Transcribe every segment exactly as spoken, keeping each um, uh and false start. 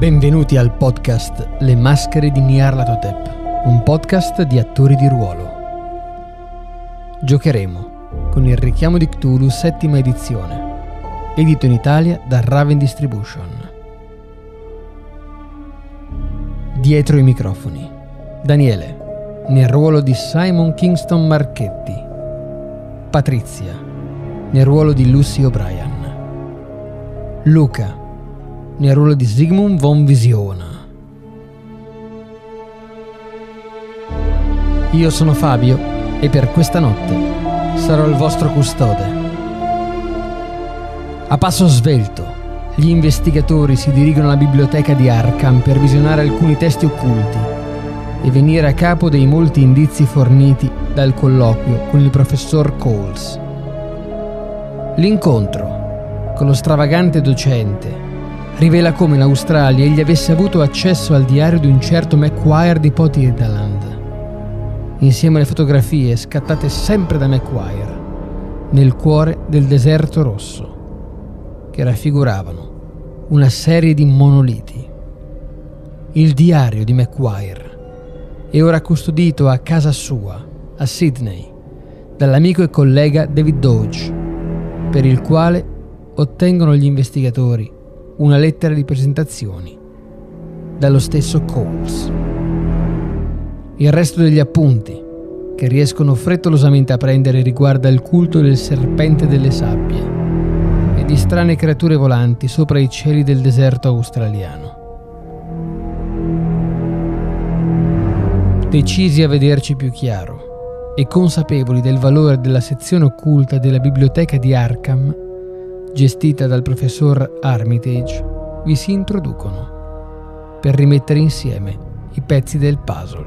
Benvenuti al podcast Le maschere di Nyarlathotep, un podcast di attori di ruolo. Giocheremo con il Richiamo di Cthulhu settima edizione, edito in Italia da Raven Distribution. Dietro i microfoni, Daniele, nel ruolo di Simon Kingston Marchetti, Patrizia, nel ruolo di Lucy O'Brien, Luca, nel ruolo di Sigmund von Visiona. Io sono Fabio e per questa notte sarò il vostro custode. A passo svelto, gli investigatori si dirigono alla biblioteca di Arkham per visionare alcuni testi occulti e venire a capo dei molti indizi forniti dal colloquio con il professor Coles. L'incontro con lo stravagante docente rivela come in Australia egli avesse avuto accesso al diario di un certo Macquarie di Portland, insieme alle fotografie scattate sempre da Macquarie nel cuore del deserto rosso, che raffiguravano una serie di monoliti. Il diario di Macquarie è ora custodito a casa sua, a Sydney, dall'amico e collega David Dodge, per il quale ottengono gli investigatori una lettera di presentazioni dallo stesso Coles. Il resto degli appunti che riescono frettolosamente a prendere riguarda il culto del serpente delle sabbie e di strane creature volanti sopra i cieli del deserto australiano. Decisi a vederci più chiaro e consapevoli del valore della sezione occulta della biblioteca di Arkham, gestita dal professor Armitage, vi si introducono per rimettere insieme i pezzi del puzzle.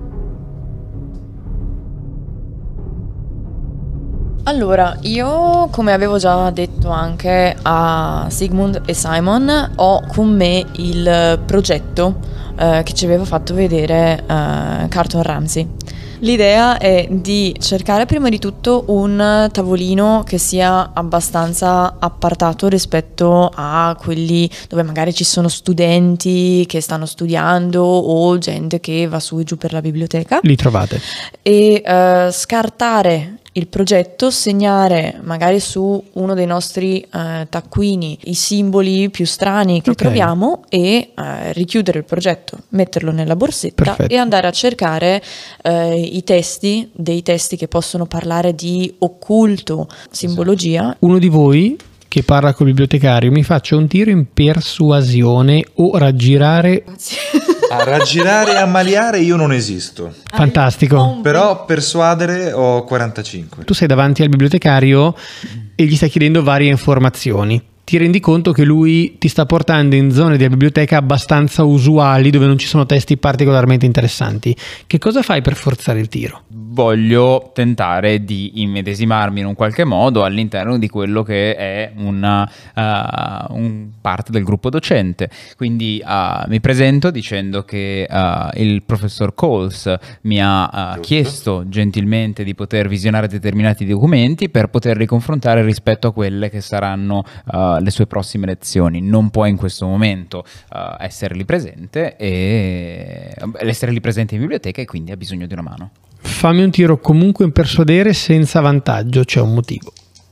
Allora, io, come avevo già detto anche a Sigmund e Simon, ho con me il progetto eh, che ci aveva fatto vedere eh, Carlton Ramsey. L'idea è di cercare prima di tutto un tavolino che sia abbastanza appartato rispetto a quelli dove magari ci sono studenti che stanno studiando o gente che va su e giù per la biblioteca. Li trovate. E uh, scartare il progetto, segnare magari su uno dei nostri uh, taccuini i simboli più strani che okay. troviamo e uh, richiudere il progetto, metterlo nella borsetta. Perfetto. E andare a cercare uh, i testi, dei testi che possono parlare di occulto, simbologia. Uno di voi che parla col bibliotecario mi faccia un tiro in persuasione o raggirare. A raggirare e ammaliare io non esisto. Fantastico. Però persuadere ho quarantacinque. Tu sei davanti al bibliotecario e gli stai chiedendo varie informazioni. Ti rendi conto che lui ti sta portando in zone della biblioteca abbastanza usuali dove non ci sono testi particolarmente interessanti. Che cosa fai per forzare il tiro? Voglio tentare di immedesimarmi in un qualche modo all'interno di quello che è una uh, un parte del gruppo docente. Quindi uh, mi presento dicendo che uh, il professor Coles mi ha uh, chiesto gentilmente di poter visionare determinati documenti per poterli confrontare rispetto a quelle che saranno uh, le sue prossime lezioni. Non può in questo momento uh, essere lì presente e essere lì presente in biblioteca e quindi ha bisogno di una mano. Fammi un tiro comunque in persuadere senza vantaggio, c'è un motivo.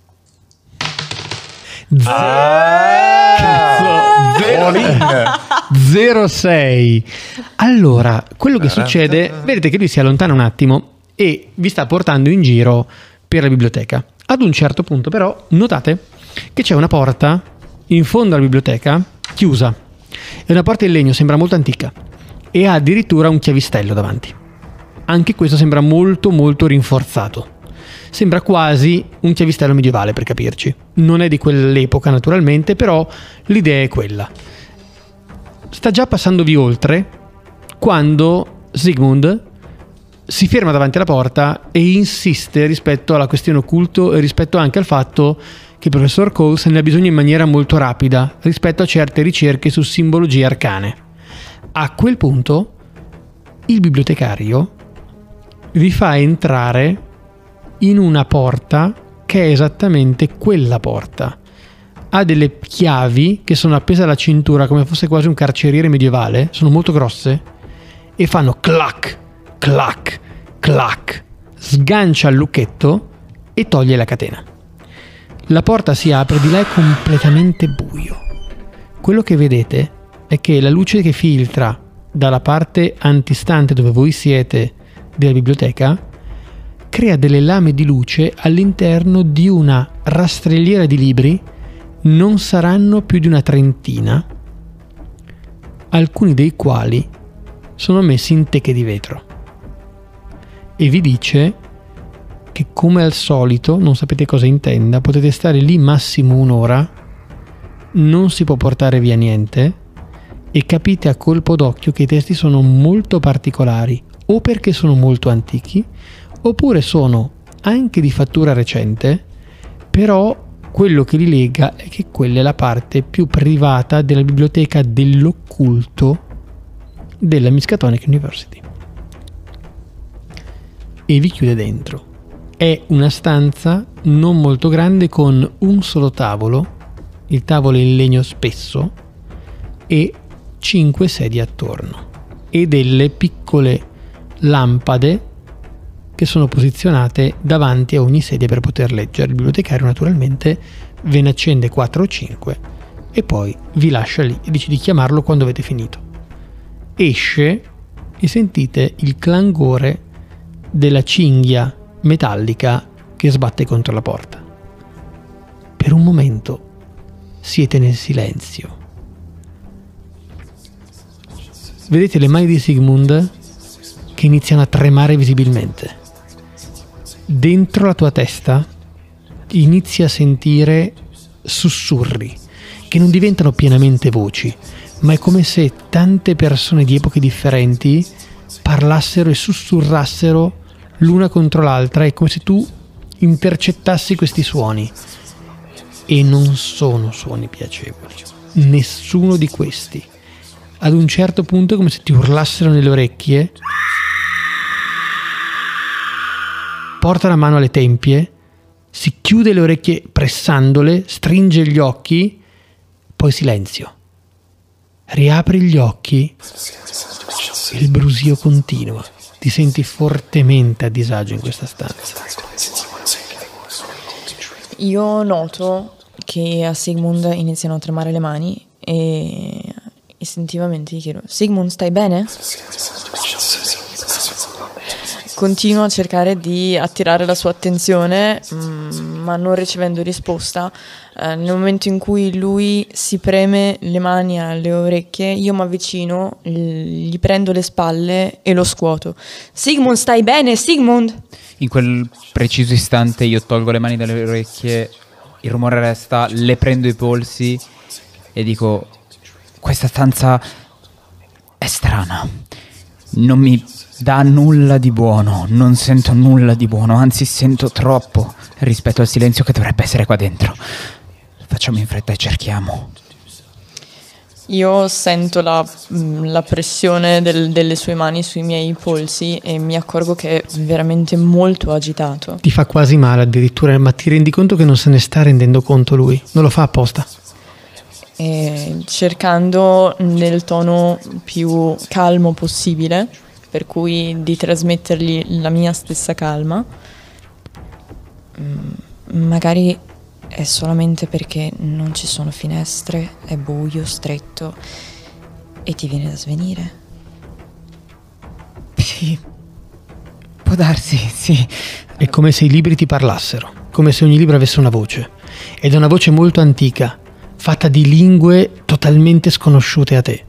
zero sei. Allora, quello che succede, vedete che lui si allontana un attimo e vi sta portando in giro per la biblioteca. Ad un certo punto però notate che c'è una porta in fondo alla biblioteca chiusa. È una porta in legno, sembra molto antica e ha addirittura un chiavistello davanti. Anche questo sembra molto molto rinforzato. Sembra quasi un chiavistello medievale, per capirci. Non è di quell'epoca naturalmente, però l'idea è quella. Sta già passandovi oltre quando Sigmund si ferma davanti alla porta e insiste rispetto alla questione occulto e rispetto anche al fatto che il professor Coles ne ha bisogno in maniera molto rapida rispetto a certe ricerche su simbologie arcane. A quel punto il bibliotecario vi fa entrare in una porta che è esattamente quella porta. ha delle chiavi che sono appese alla cintura come fosse quasi un carceriere medievale, sono molto grosse e fanno clac, clac, clac, sgancia il lucchetto e toglie la catena. La porta si apre, di là è completamente buio. Quello che vedete è che la luce che filtra dalla parte antistante dove voi siete della biblioteca crea delle lame di luce all'interno di una rastrelliera di libri. Non saranno più di una trentina, alcuni dei quali sono messi in teche di vetro, e vi dice che, come al solito, non sapete cosa intenda, potete stare lì massimo un'ora, non si può portare via niente e capite a colpo d'occhio che i testi sono molto particolari, o perché sono molto antichi oppure sono anche di fattura recente, però quello che li lega è che quella è la parte più privata della biblioteca dell'occulto della Miskatonic University, e vi chiude dentro. È una stanza non molto grande con un solo tavolo, il tavolo è in legno spesso, e cinque sedie attorno e delle piccole lampade che sono posizionate davanti a ogni sedia per poter leggere. Il bibliotecario naturalmente ve ne accende quattro o cinque e poi vi lascia lì e dice di chiamarlo quando avete finito. Esce e sentite il clangore della cinghia metallica che sbatte contro la porta. Per un momento siete nel silenzio. Vedete le mani di Sigmund che iniziano a tremare visibilmente. Dentro la tua testa inizi a sentire sussurri che non diventano pienamente voci, ma è come se tante persone di epoche differenti parlassero e sussurrassero l'una contro l'altra. È come se tu intercettassi questi suoni, e non sono suoni piacevoli, nessuno di questi. Ad un certo punto è come se ti urlassero nelle orecchie. Porta la mano alle tempie, si chiude le orecchie pressandole, stringe gli occhi, poi silenzio. Riapri gli occhi, il brusio continua, ti senti fortemente a disagio in questa stanza. Io noto che a Sigmund iniziano a tremare le mani e istintivamente gli chiedo: Sigmund, stai bene? Continuo a cercare di attirare la sua attenzione, ma non ricevendo risposta. Eh, nel momento in cui lui si preme le mani alle orecchie, io mi avvicino, gli prendo le spalle e lo scuoto. Sigmund, stai bene? Sigmund? In quel preciso istante io tolgo le mani dalle orecchie, il rumore resta, le prendo i polsi e dico: questa stanza è strana, non mi dà nulla di buono, non sento nulla di buono, anzi sento troppo rispetto al silenzio che dovrebbe essere qua dentro. Facciamo in fretta e cerchiamo. Io sento la, la pressione del, delle sue mani sui miei polsi e mi accorgo che è veramente molto agitato. Ti fa quasi male addirittura, ma ti rendi conto che non se ne sta rendendo conto lui, non lo fa apposta. E cercando nel tono più calmo possibile, per cui di trasmettergli la mia stessa calma, magari è solamente perché non ci sono finestre, è buio, stretto e ti viene da svenire. Sì, può darsi, sì. È come se i libri ti parlassero, come se ogni libro avesse una voce, ed è una voce molto antica, fatta di lingue totalmente sconosciute a te.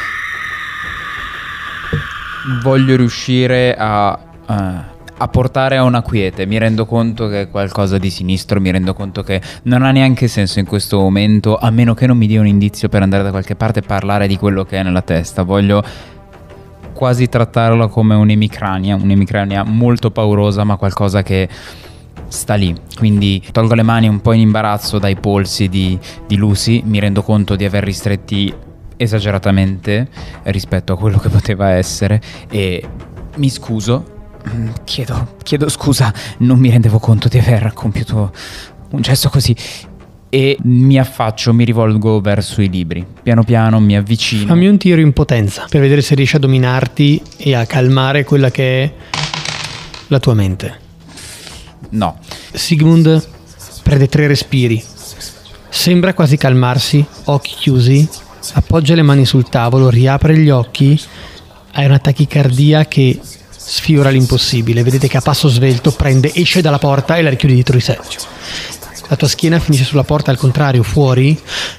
Voglio riuscire a, uh, a portare a una quiete. Mi rendo conto che è qualcosa di sinistro, mi rendo conto che non ha neanche senso in questo momento, a meno che non mi dia un indizio per andare da qualche parte e parlare di quello che è nella testa. Voglio quasi trattarlo come un'emicrania, un'emicrania molto paurosa, ma qualcosa che sta lì. Quindi tolgo le mani un po' in imbarazzo dai polsi di, di Lucy, mi rendo conto di aver ristretti esageratamente rispetto a quello che poteva essere e mi scuso, chiedo, chiedo scusa, non mi rendevo conto di aver compiuto un gesto così e mi affaccio, mi rivolgo verso i libri. Piano piano mi avvicino. Fammi un tiro in potenza per vedere se riesci a dominarti e a calmare quella che è la tua mente. No. Sigmund prende tre respiri, sembra quasi calmarsi, occhi chiusi, appoggia le mani sul tavolo, riapre gli occhi, hai una tachicardia che sfiora l'impossibile. Vedete che a passo svelto prende, esce dalla porta e la richiude dietro di sé. La tua schiena finisce sulla porta, al contrario, fuori,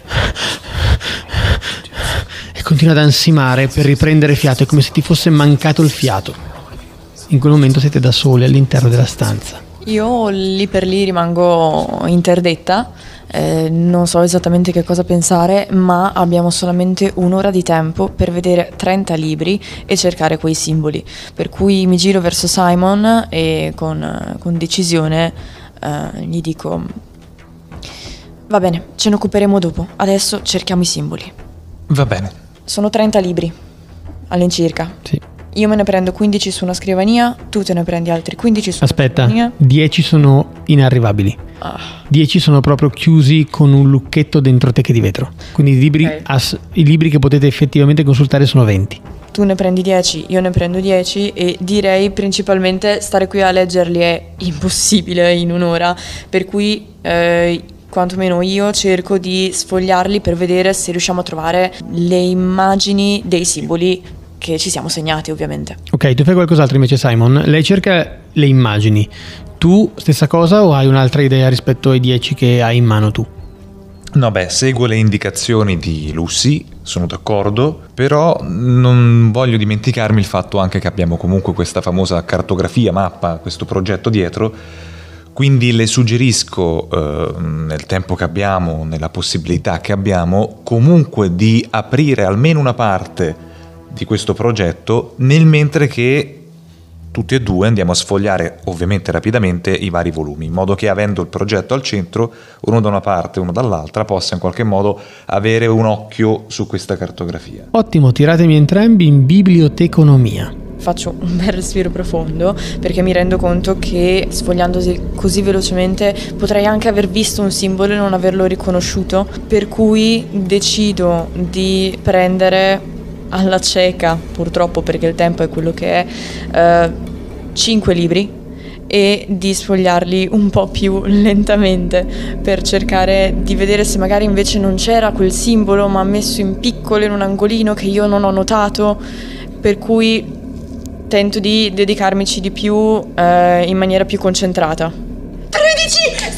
e continua ad ansimare per riprendere fiato. È come se ti fosse mancato il fiato. In quel momento siete da soli all'interno della stanza. Io lì per lì rimango interdetta, eh, non so esattamente che cosa pensare, ma abbiamo solamente un'ora di tempo per vedere trenta libri e cercare quei simboli. Per cui mi giro verso Simon e con, con decisione eh, gli dico: va bene, ce ne occuperemo dopo, adesso cerchiamo i simboli. Va bene. Sono trenta libri, all'incirca. Sì. Io me ne prendo quindici su una scrivania, tu te ne prendi altri quindici su Aspetta, una scrivania. dieci sono inarrivabili. Ah. dieci sono proprio chiusi con un lucchetto dentro teche di vetro. Quindi i libri, Ok. as- i libri che potete effettivamente consultare sono venti. Tu ne prendi dieci, io ne prendo dieci e direi principalmente stare qui a leggerli è impossibile in un'ora, per cui eh, quantomeno io cerco di sfogliarli per vedere se riusciamo a trovare le immagini dei simboli che ci siamo segnati, ovviamente. Ok, tu fai qualcos'altro invece, Simon. Lei cerca le immagini. Tu stessa cosa o hai un'altra idea rispetto ai dieci che hai in mano tu? No, beh, seguo le indicazioni di Lucy, sono d'accordo, però non voglio dimenticarmi il fatto anche che abbiamo comunque questa famosa cartografia, mappa, questo progetto dietro, quindi le suggerisco, eh, nel tempo che abbiamo, nella possibilità che abbiamo, comunque di aprire almeno una parte di questo progetto, nel mentre che tutti e due andiamo a sfogliare ovviamente rapidamente i vari volumi, in modo che, avendo il progetto al centro, uno da una parte e uno dall'altra, possa in qualche modo avere un occhio su questa cartografia. Ottimo, tiratemi entrambi in biblioteconomia. Faccio un bel respiro profondo perché mi rendo conto che sfogliandosi così velocemente potrei anche aver visto un simbolo e non averlo riconosciuto, per cui decido di prendere alla cieca, purtroppo perché il tempo è quello che è, eh, cinque libri e di sfogliarli un po' più lentamente per cercare di vedere se magari invece non c'era quel simbolo ma messo in piccolo in un angolino che io non ho notato, per cui tento di dedicarmici di più eh, in maniera più concentrata. tredici!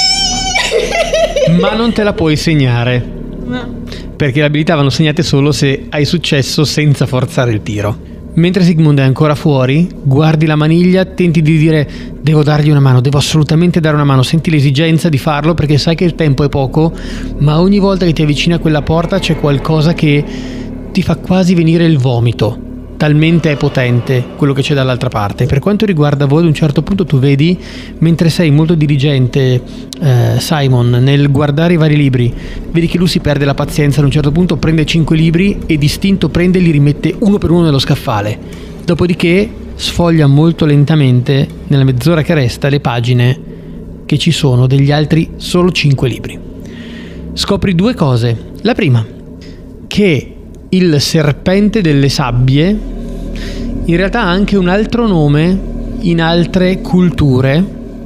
Sì! Ma non te la puoi segnare. No. Perché le abilità vanno segnate solo se hai successo senza forzare il tiro. Mentre Sigmund è ancora fuori, guardi la maniglia, tenti di dire: devo dargli una mano, devo assolutamente dare una mano. Senti l'esigenza di farlo perché sai che il tempo è poco, ma ogni volta che ti avvicini a quella porta c'è qualcosa che ti fa quasi venire il vomito. Talmente è potente quello che c'è dall'altra parte. Per quanto riguarda voi, ad un certo punto tu vedi, mentre sei molto diligente, eh, Simon, nel guardare i vari libri, vedi che lui si perde la pazienza. Ad un certo punto prende cinque libri e distinto prende e li rimette uno per uno nello scaffale. Dopodiché sfoglia molto lentamente, nella mezz'ora che resta, le pagine che ci sono degli altri solo cinque libri. Scopri due cose. La prima, che il serpente delle sabbie in realtà ha anche un altro nome in altre culture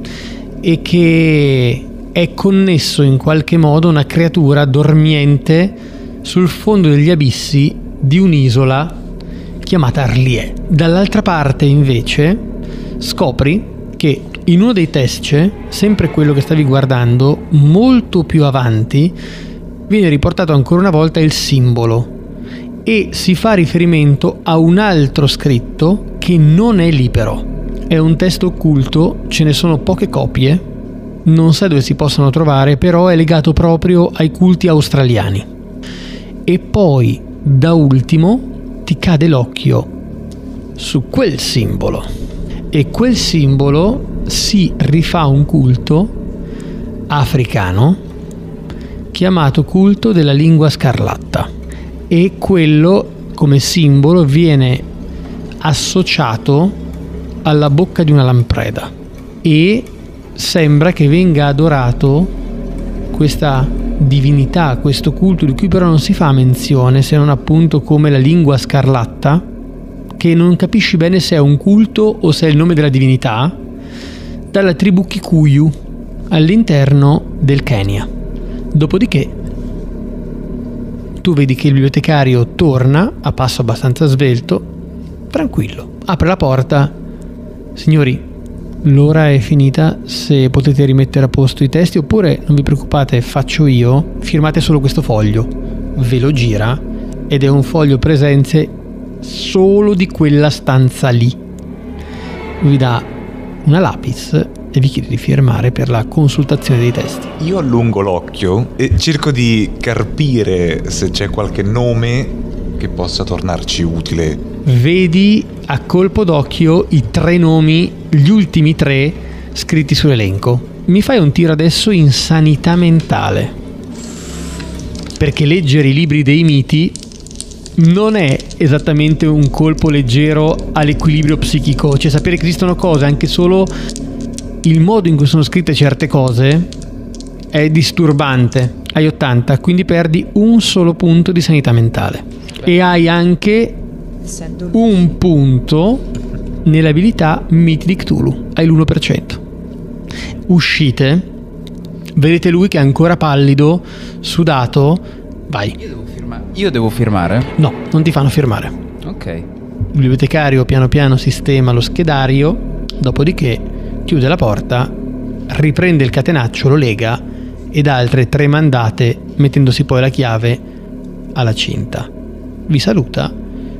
e che è connesso in qualche modo a una creatura dormiente sul fondo degli abissi di un'isola chiamata Arlie. Dall'altra parte invece scopri che in uno dei test, sempre quello che stavi guardando, molto più avanti viene riportato ancora una volta il simbolo e si fa riferimento a un altro scritto che non è lì però. È un testo occulto, ce ne sono poche copie, non sai dove si possano trovare, però è legato proprio ai culti australiani. E poi, da ultimo, ti cade l'occhio su quel simbolo. E quel simbolo si rifà a un culto africano chiamato culto della lingua scarlatta. E quello come simbolo viene associato alla bocca di una lampreda e sembra che venga adorato questa divinità, questo culto di cui però non si fa menzione, se non appunto come la lingua scarlatta, che non capisci bene se è un culto o se è il nome della divinità, dalla tribù Kikuyu all'interno del Kenya. Dopodiché tu vedi che il bibliotecario torna a passo abbastanza svelto, tranquillo, apre la porta. Signori, l'ora è finita, se potete rimettere a posto i testi, oppure non vi preoccupate, faccio io, firmate solo questo foglio. Ve lo gira ed è un foglio presenze solo di quella stanza lì. Vi dà una lapis e vi chiede di firmare per la consultazione dei testi. Io allungo l'occhio e cerco di carpire se c'è qualche nome che possa tornarci utile. Vedi a colpo d'occhio i tre nomi, gli ultimi tre scritti sull'elenco. Mi fai un tiro adesso in sanità mentale, perché leggere i libri dei miti non è esattamente un colpo leggero all'equilibrio psichico. Cioè, sapere che esistono cose, anche solo il modo in cui sono scritte certe cose, è disturbante. Hai ottanta, quindi perdi un solo punto di sanità mentale. E hai anche un punto nell'abilità Miti di Cthulhu. Hai l'uno per cento. Uscite, vedete lui che è ancora pallido, sudato. Vai. Io devo, firma- Io devo firmare? No, non ti fanno firmare. Ok. Il bibliotecario piano piano sistema lo schedario, dopodiché chiude la porta, riprende il catenaccio, lo lega e dà altre tre mandate, mettendosi poi la chiave alla cinta. Vi saluta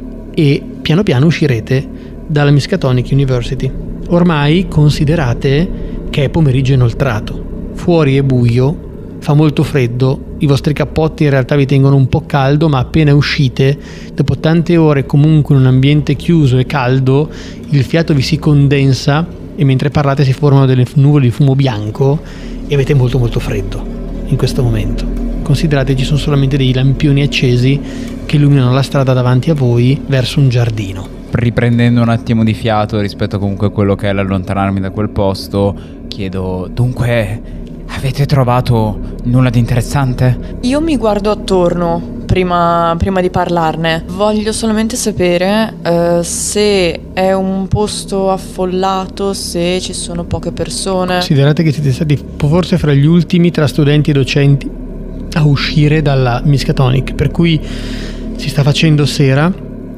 e piano piano uscirete dalla Miskatonic University. Ormai considerate che è pomeriggio inoltrato, fuori è buio, fa molto freddo, i vostri cappotti in realtà vi tengono un po' caldo, ma appena uscite, dopo tante ore comunque in un ambiente chiuso e caldo, il fiato vi si condensa e mentre parlate si formano delle nuvole di fumo bianco e avete molto molto freddo in questo momento. Considerate ci sono solamente dei lampioni accesi che illuminano la strada davanti a voi verso un giardino. Riprendendo un attimo di fiato rispetto comunque a quello che è l'allontanarmi da quel posto, chiedo: dunque, avete trovato nulla di interessante? Io mi guardo attorno prima, prima di parlarne. Voglio solamente sapere uh, se è un posto affollato, se ci sono poche persone. Considerate che siete stati forse fra gli ultimi tra studenti e docenti a uscire dalla Miskatonic, per cui si sta facendo sera,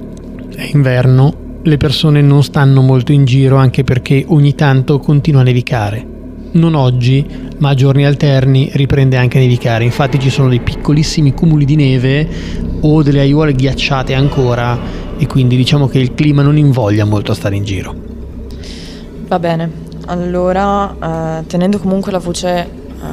è inverno, le persone non stanno molto in giro, anche perché ogni tanto continua a nevicare. Non oggi, ma a giorni alterni riprende anche a nevicare. Infatti ci sono dei piccolissimi cumuli di neve o delle aiuole ghiacciate ancora, e quindi diciamo che il clima non invoglia molto a stare in giro. Va bene, allora eh, tenendo comunque la voce eh,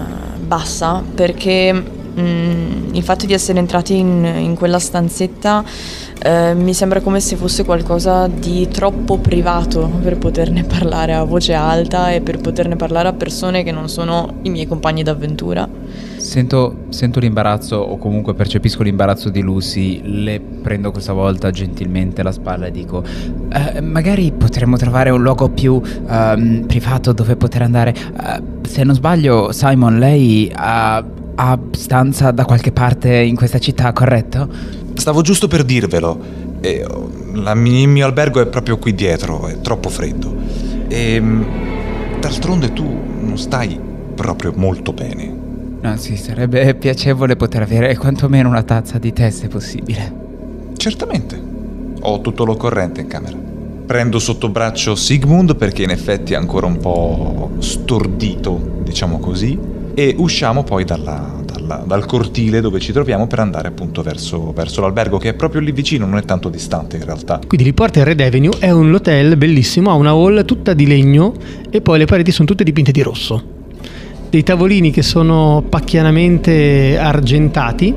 bassa, perché mh, il fatto di essere entrati in, in quella stanzetta eh, mi sembra come se fosse qualcosa di troppo privato per poterne parlare a voce alta e per poterne parlare a persone che non sono i miei compagni d'avventura. Sento, sento l'imbarazzo, o comunque percepisco l'imbarazzo di Lucy. Le prendo questa volta gentilmente la spalla e dico: eh, magari potremmo trovare un luogo più um, privato dove poter andare. Uh, se non sbaglio, Simon, lei ha, ha stanza da qualche parte in questa città, corretto? Stavo giusto per dirvelo. Eh, la, il mio albergo è proprio qui dietro, è troppo freddo. E d'altronde tu non stai proprio molto bene. Anzi, sarebbe piacevole poter avere quantomeno una tazza di tè, se possibile. Certamente. Ho tutto l'occorrente in camera. Prendo sotto braccio Sigmund, perché in effetti è ancora un po' stordito, diciamo così, e usciamo poi dalla, dalla, dal cortile dove ci troviamo per andare appunto verso, verso l'albergo, che è proprio lì vicino, non è tanto distante in realtà. Quindi li porta in Red Avenue, è un hotel bellissimo, ha una hall tutta di legno e poi le pareti sono tutte dipinte di rosso. Dei tavolini che sono pacchianamente argentati,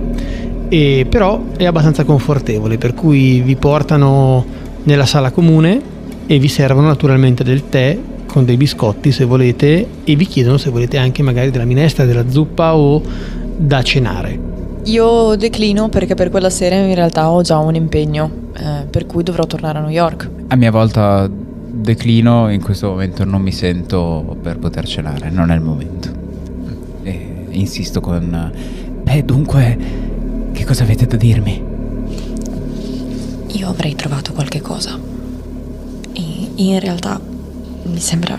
e però è abbastanza confortevole, per cui vi portano nella sala comune e vi servono naturalmente del tè con dei biscotti se volete, e vi chiedono se volete anche magari della minestra, della zuppa o da cenare. Io declino perché per quella sera in realtà ho già un impegno, eh, per cui dovrò tornare a New York. A mia volta declino, in questo momento non mi sento per poter cenare, non è il momento. E insisto con... Beh, dunque, che cosa avete da dirmi? Io avrei trovato qualche cosa. E in realtà mi sembra...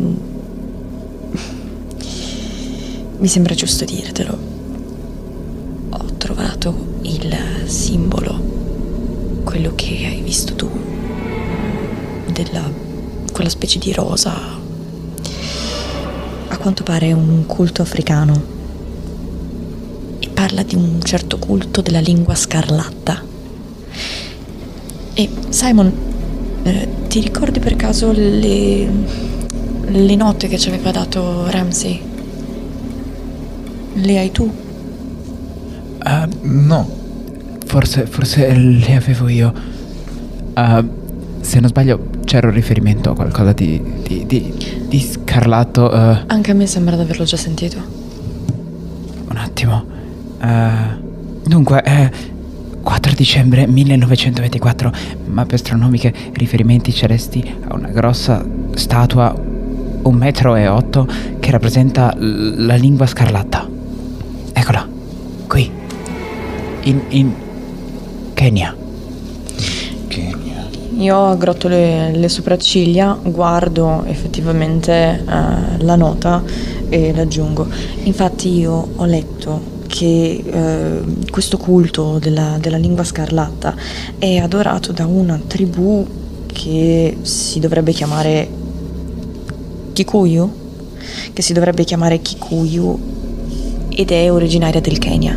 Mi sembra giusto dirtelo. Ho trovato il simbolo, quello che hai visto tu, della... quella specie di rosa. A quanto pare è un culto africano e parla di un certo culto della lingua scarlatta. E Simon, eh, ti ricordi per caso le le note che ci aveva dato Ramsey? Le hai tu? Uh, No. forse, forse le avevo io. Uh, se non sbaglio c'era un riferimento a qualcosa di, di, di, di scarlatto. Uh, Anche a me sembra di averlo già sentito. un attimo. Uh, dunque, eh, quattro dicembre millenovecentoventiquattro, mappe astronomiche, riferimenti celesti a una grossa statua, un metro e otto, che rappresenta l- la lingua scarlatta. Eccola, qui, in, in Kenya. Kenya. Io aggrotto le, le sopracciglia, guardo effettivamente eh, la nota e l'aggiungo. Infatti io ho letto che eh, questo culto della, della lingua scarlatta è adorato da una tribù che si dovrebbe chiamare Kikuyu, che si dovrebbe chiamare Kikuyu ed è originaria del Kenya.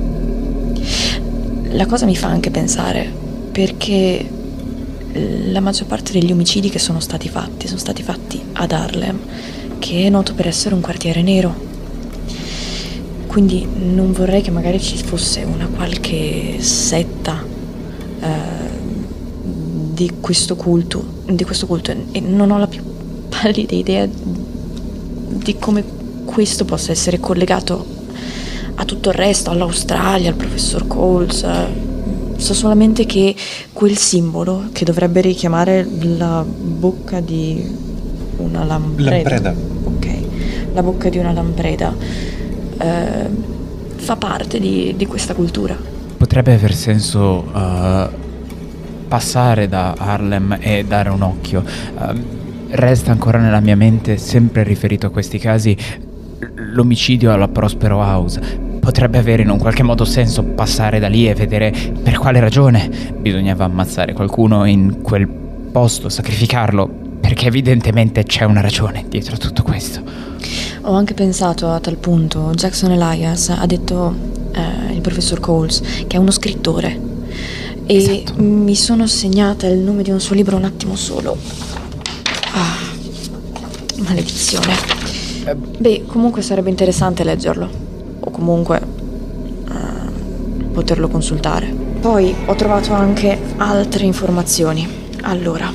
La cosa mi fa anche pensare, perché la maggior parte degli omicidi che sono stati fatti sono stati fatti ad Harlem, che è noto per essere un quartiere nero. Quindi non vorrei che magari ci fosse una qualche setta eh, di questo culto, di questo culto, e non ho la più pallida idea di come questo possa essere collegato a tutto il resto, all'Australia, al professor Coles. So solamente che quel simbolo, che dovrebbe richiamare la bocca di una lampreda, Lampreda. ok, la bocca di una lampreda, eh, fa parte di, di questa cultura. Potrebbe aver senso uh, passare da Harlem e dare un occhio. Uh, resta ancora nella mia mente, sempre riferito a questi casi, l'omicidio alla Prospero House. Potrebbe avere in un qualche modo senso passare da lì e vedere per quale ragione bisognava ammazzare qualcuno in quel posto, sacrificarlo, perché evidentemente c'è una ragione dietro a tutto questo. Ho anche pensato a tal punto, Jackson Elias ha detto, eh, il professor Coles, che è uno scrittore, e Esatto. mi sono segnata il nome di un suo libro un attimo solo. Ah, maledizione. Beh, comunque sarebbe interessante leggerlo, o comunque eh, poterlo consultare. Poi ho trovato anche altre informazioni. Allora,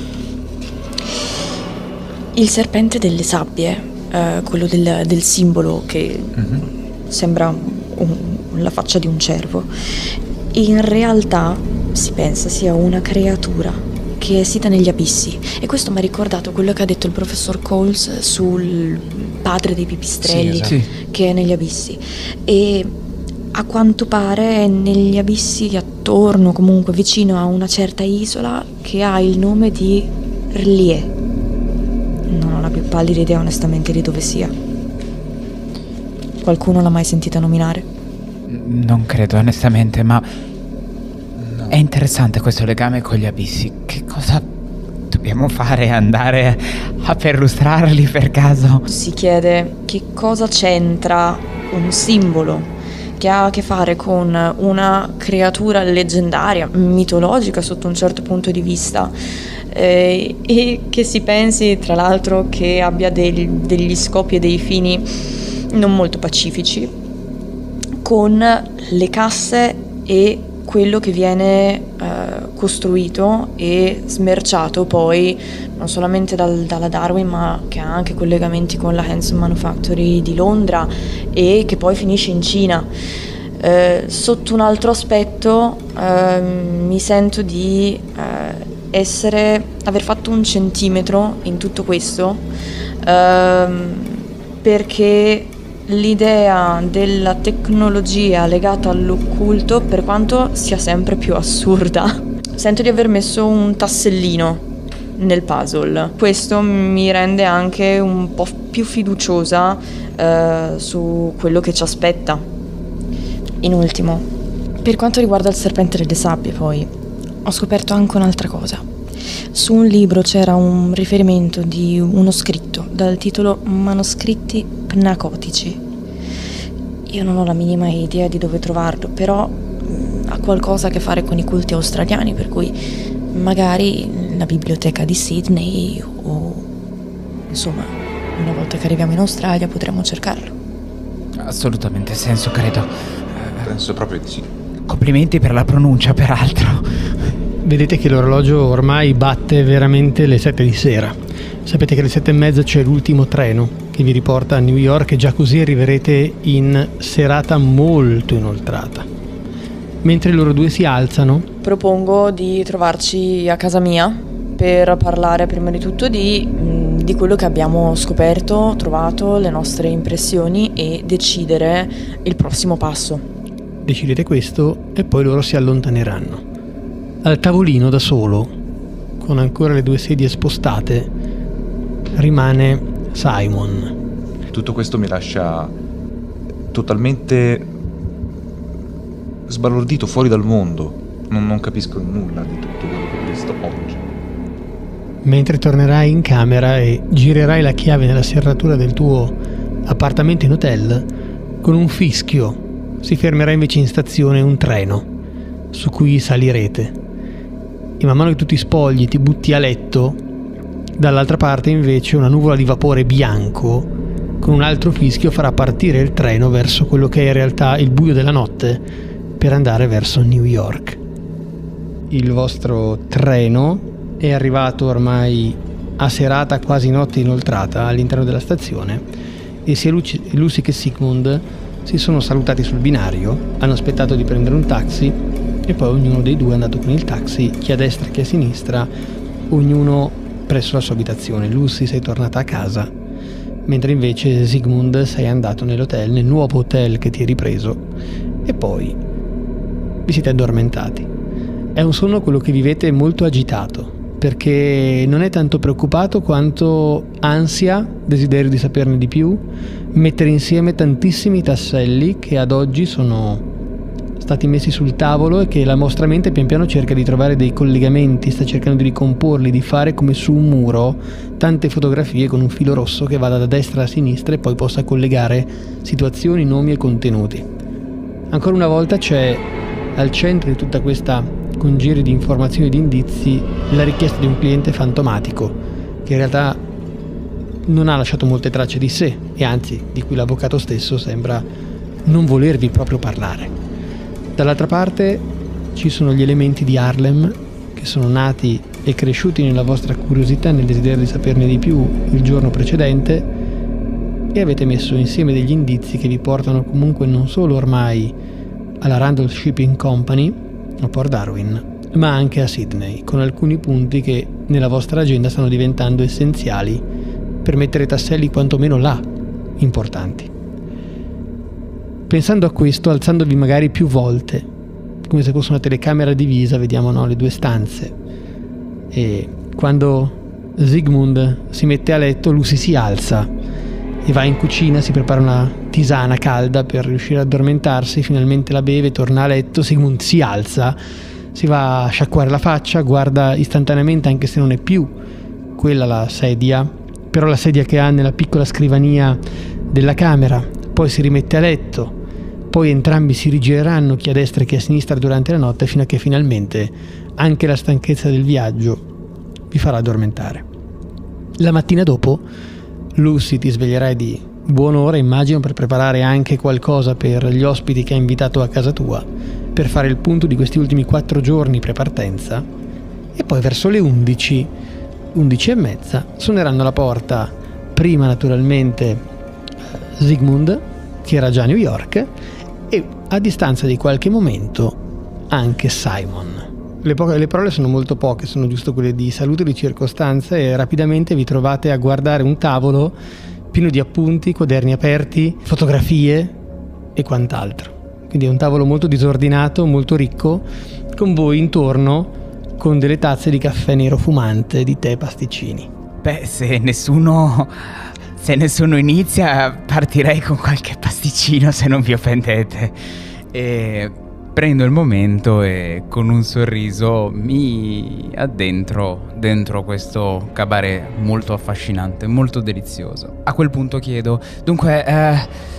il serpente delle sabbie, eh, quello del, del simbolo che Mhm. sembra un- la faccia di un cervo, in realtà si pensa sia una creatura che è sita negli abissi, e questo mi ha ricordato quello che ha detto il professor Coles sul padre dei pipistrelli, Sì, esatto. Sì. che è negli abissi, e a quanto pare è negli abissi attorno, comunque vicino a una certa isola che ha il nome di R'lyeh. Non ho la più pallida idea onestamente di dove sia. Qualcuno l'ha mai sentita nominare? Non credo onestamente, ma No. è interessante questo legame con gli abissi. Che cosa dobbiamo fare? Andare a perlustrarli per caso? Si chiede che cosa c'entra un simbolo che ha a che fare con una creatura leggendaria, mitologica sotto un certo punto di vista, eh, e che si pensi tra l'altro che abbia dei- degli scopi e dei fini non molto pacifici, con le casse e quello che viene eh, costruito e smerciato poi non solamente dal- dalla Darwin, ma che ha anche collegamenti con la Hanson Manufactory di Londra e che poi finisce in Cina. Eh, sotto un altro aspetto ehm, mi sento di eh, essere aver fatto un centimetro in tutto questo, ehm, perché l'idea della tecnologia legata all'occulto, per quanto sia sempre più assurda, sento di aver messo un tassellino nel puzzle. Questo mi rende anche un po' più fiduciosa eh, su quello che ci aspetta. In ultimo, per quanto riguarda il serpente delle sabbie, poi ho scoperto anche un'altra cosa. Su un libro c'era un riferimento di uno scritto dal titolo Manoscritti pnacotici. Io non ho la minima idea di dove trovarlo, però ha qualcosa a che fare con i culti australiani, per cui magari la biblioteca di Sydney o insomma una volta che arriviamo in Australia potremo cercarlo. Assolutamente senso, credo. Penso proprio di sì. Complimenti per la pronuncia, peraltro. Vedete che l'orologio ormai batte veramente le sette di sera. Sapete che alle sette e mezza c'è l'ultimo treno che vi riporta a New York e già così arriverete in serata molto inoltrata. Mentre loro due si alzano, propongo di trovarci a casa mia per parlare prima di tutto di, di quello che abbiamo scoperto, trovato, le nostre impressioni e decidere il prossimo passo. Decidete questo e poi loro si allontaneranno. Al tavolino da solo, con ancora le due sedie spostate, rimane Simon. Tutto questo mi lascia totalmente sbalordito, fuori dal mondo. Non, non capisco nulla di tutto quello che ho visto oggi. Mentre tornerai in camera e girerai la chiave nella serratura del tuo appartamento in hotel, con un fischio si fermerà invece in stazione un treno su cui salirete. E man mano che tu ti spogli, ti butti a letto, dall'altra parte invece una nuvola di vapore bianco con un altro fischio farà partire il treno verso quello che è in realtà il buio della notte per andare verso New York. Il vostro treno è arrivato ormai a serata, quasi notte inoltrata, all'interno della stazione e sia Lucy, Lucy che Sigmund si sono salutati sul binario, hanno aspettato di prendere un taxi e poi ognuno dei due è andato con il taxi, chi a destra e chi a sinistra, ognuno presso la sua abitazione. Lucy sei tornata a casa, mentre invece Sigmund sei andato nell'hotel, nel nuovo hotel che ti hai ripreso, e poi vi siete addormentati. È un sonno quello che vivete molto agitato, perché non è tanto preoccupato quanto ansia, desiderio di saperne di più, mettere insieme tantissimi tasselli che ad oggi sono stati messi sul tavolo e che la vostra mente pian piano cerca di trovare dei collegamenti, sta cercando di ricomporli, di fare come su un muro tante fotografie con un filo rosso che vada da destra a sinistra e poi possa collegare situazioni, nomi e contenuti. Ancora una volta c'è al centro di tutta questa congerie di informazioni e di indizi la richiesta di un cliente fantomatico che in realtà non ha lasciato molte tracce di sé e anzi di cui l'avvocato stesso sembra non volervi proprio parlare. Dall'altra parte ci sono gli elementi di Harlem che sono nati e cresciuti nella vostra curiosità, nel desiderio di saperne di più il giorno precedente, e avete messo insieme degli indizi che vi portano comunque non solo ormai alla Randall Shipping Company a Port Darwin, ma anche a Sydney, con alcuni punti che nella vostra agenda stanno diventando essenziali per mettere tasselli quantomeno là importanti. Pensando a questo, alzandovi magari più volte, come se fosse una telecamera divisa, vediamo no, le due stanze. E quando Sigmund si mette a letto, Lucy si alza e va in cucina, si prepara una tisana calda per riuscire ad addormentarsi, finalmente la beve, torna a letto, Sigmund si alza, si va a sciacquare la faccia, guarda istantaneamente, anche se non è più quella la sedia, però la sedia che ha nella piccola scrivania della camera, poi si rimette a letto. Poi entrambi si rigireranno, chi a destra e chi a sinistra, durante la notte, fino a che finalmente anche la stanchezza del viaggio vi farà addormentare. La mattina dopo, Lucy ti sveglierai di buon'ora, immagino, per preparare anche qualcosa per gli ospiti che hai invitato a casa tua, per fare il punto di questi ultimi quattro giorni pre-partenza, e poi verso le undici, undici e mezza, suoneranno alla porta, prima naturalmente Sigmund, che era già a New York, e a distanza di qualche momento anche Simon. Le, po- le parole sono molto poche, sono giusto quelle di saluto, di circostanza, e rapidamente vi trovate a guardare un tavolo pieno di appunti, quaderni aperti, fotografie e quant'altro. Quindi è un tavolo molto disordinato, molto ricco, con voi intorno con delle tazze di caffè nero fumante, di tè, pasticcini. Beh, se nessuno se nessuno inizia, partirei con qualche pasticcino, se non vi offendete. E prendo il momento e con un sorriso mi addentro dentro questo cabaret molto affascinante, molto delizioso. A quel punto chiedo, dunque, eh,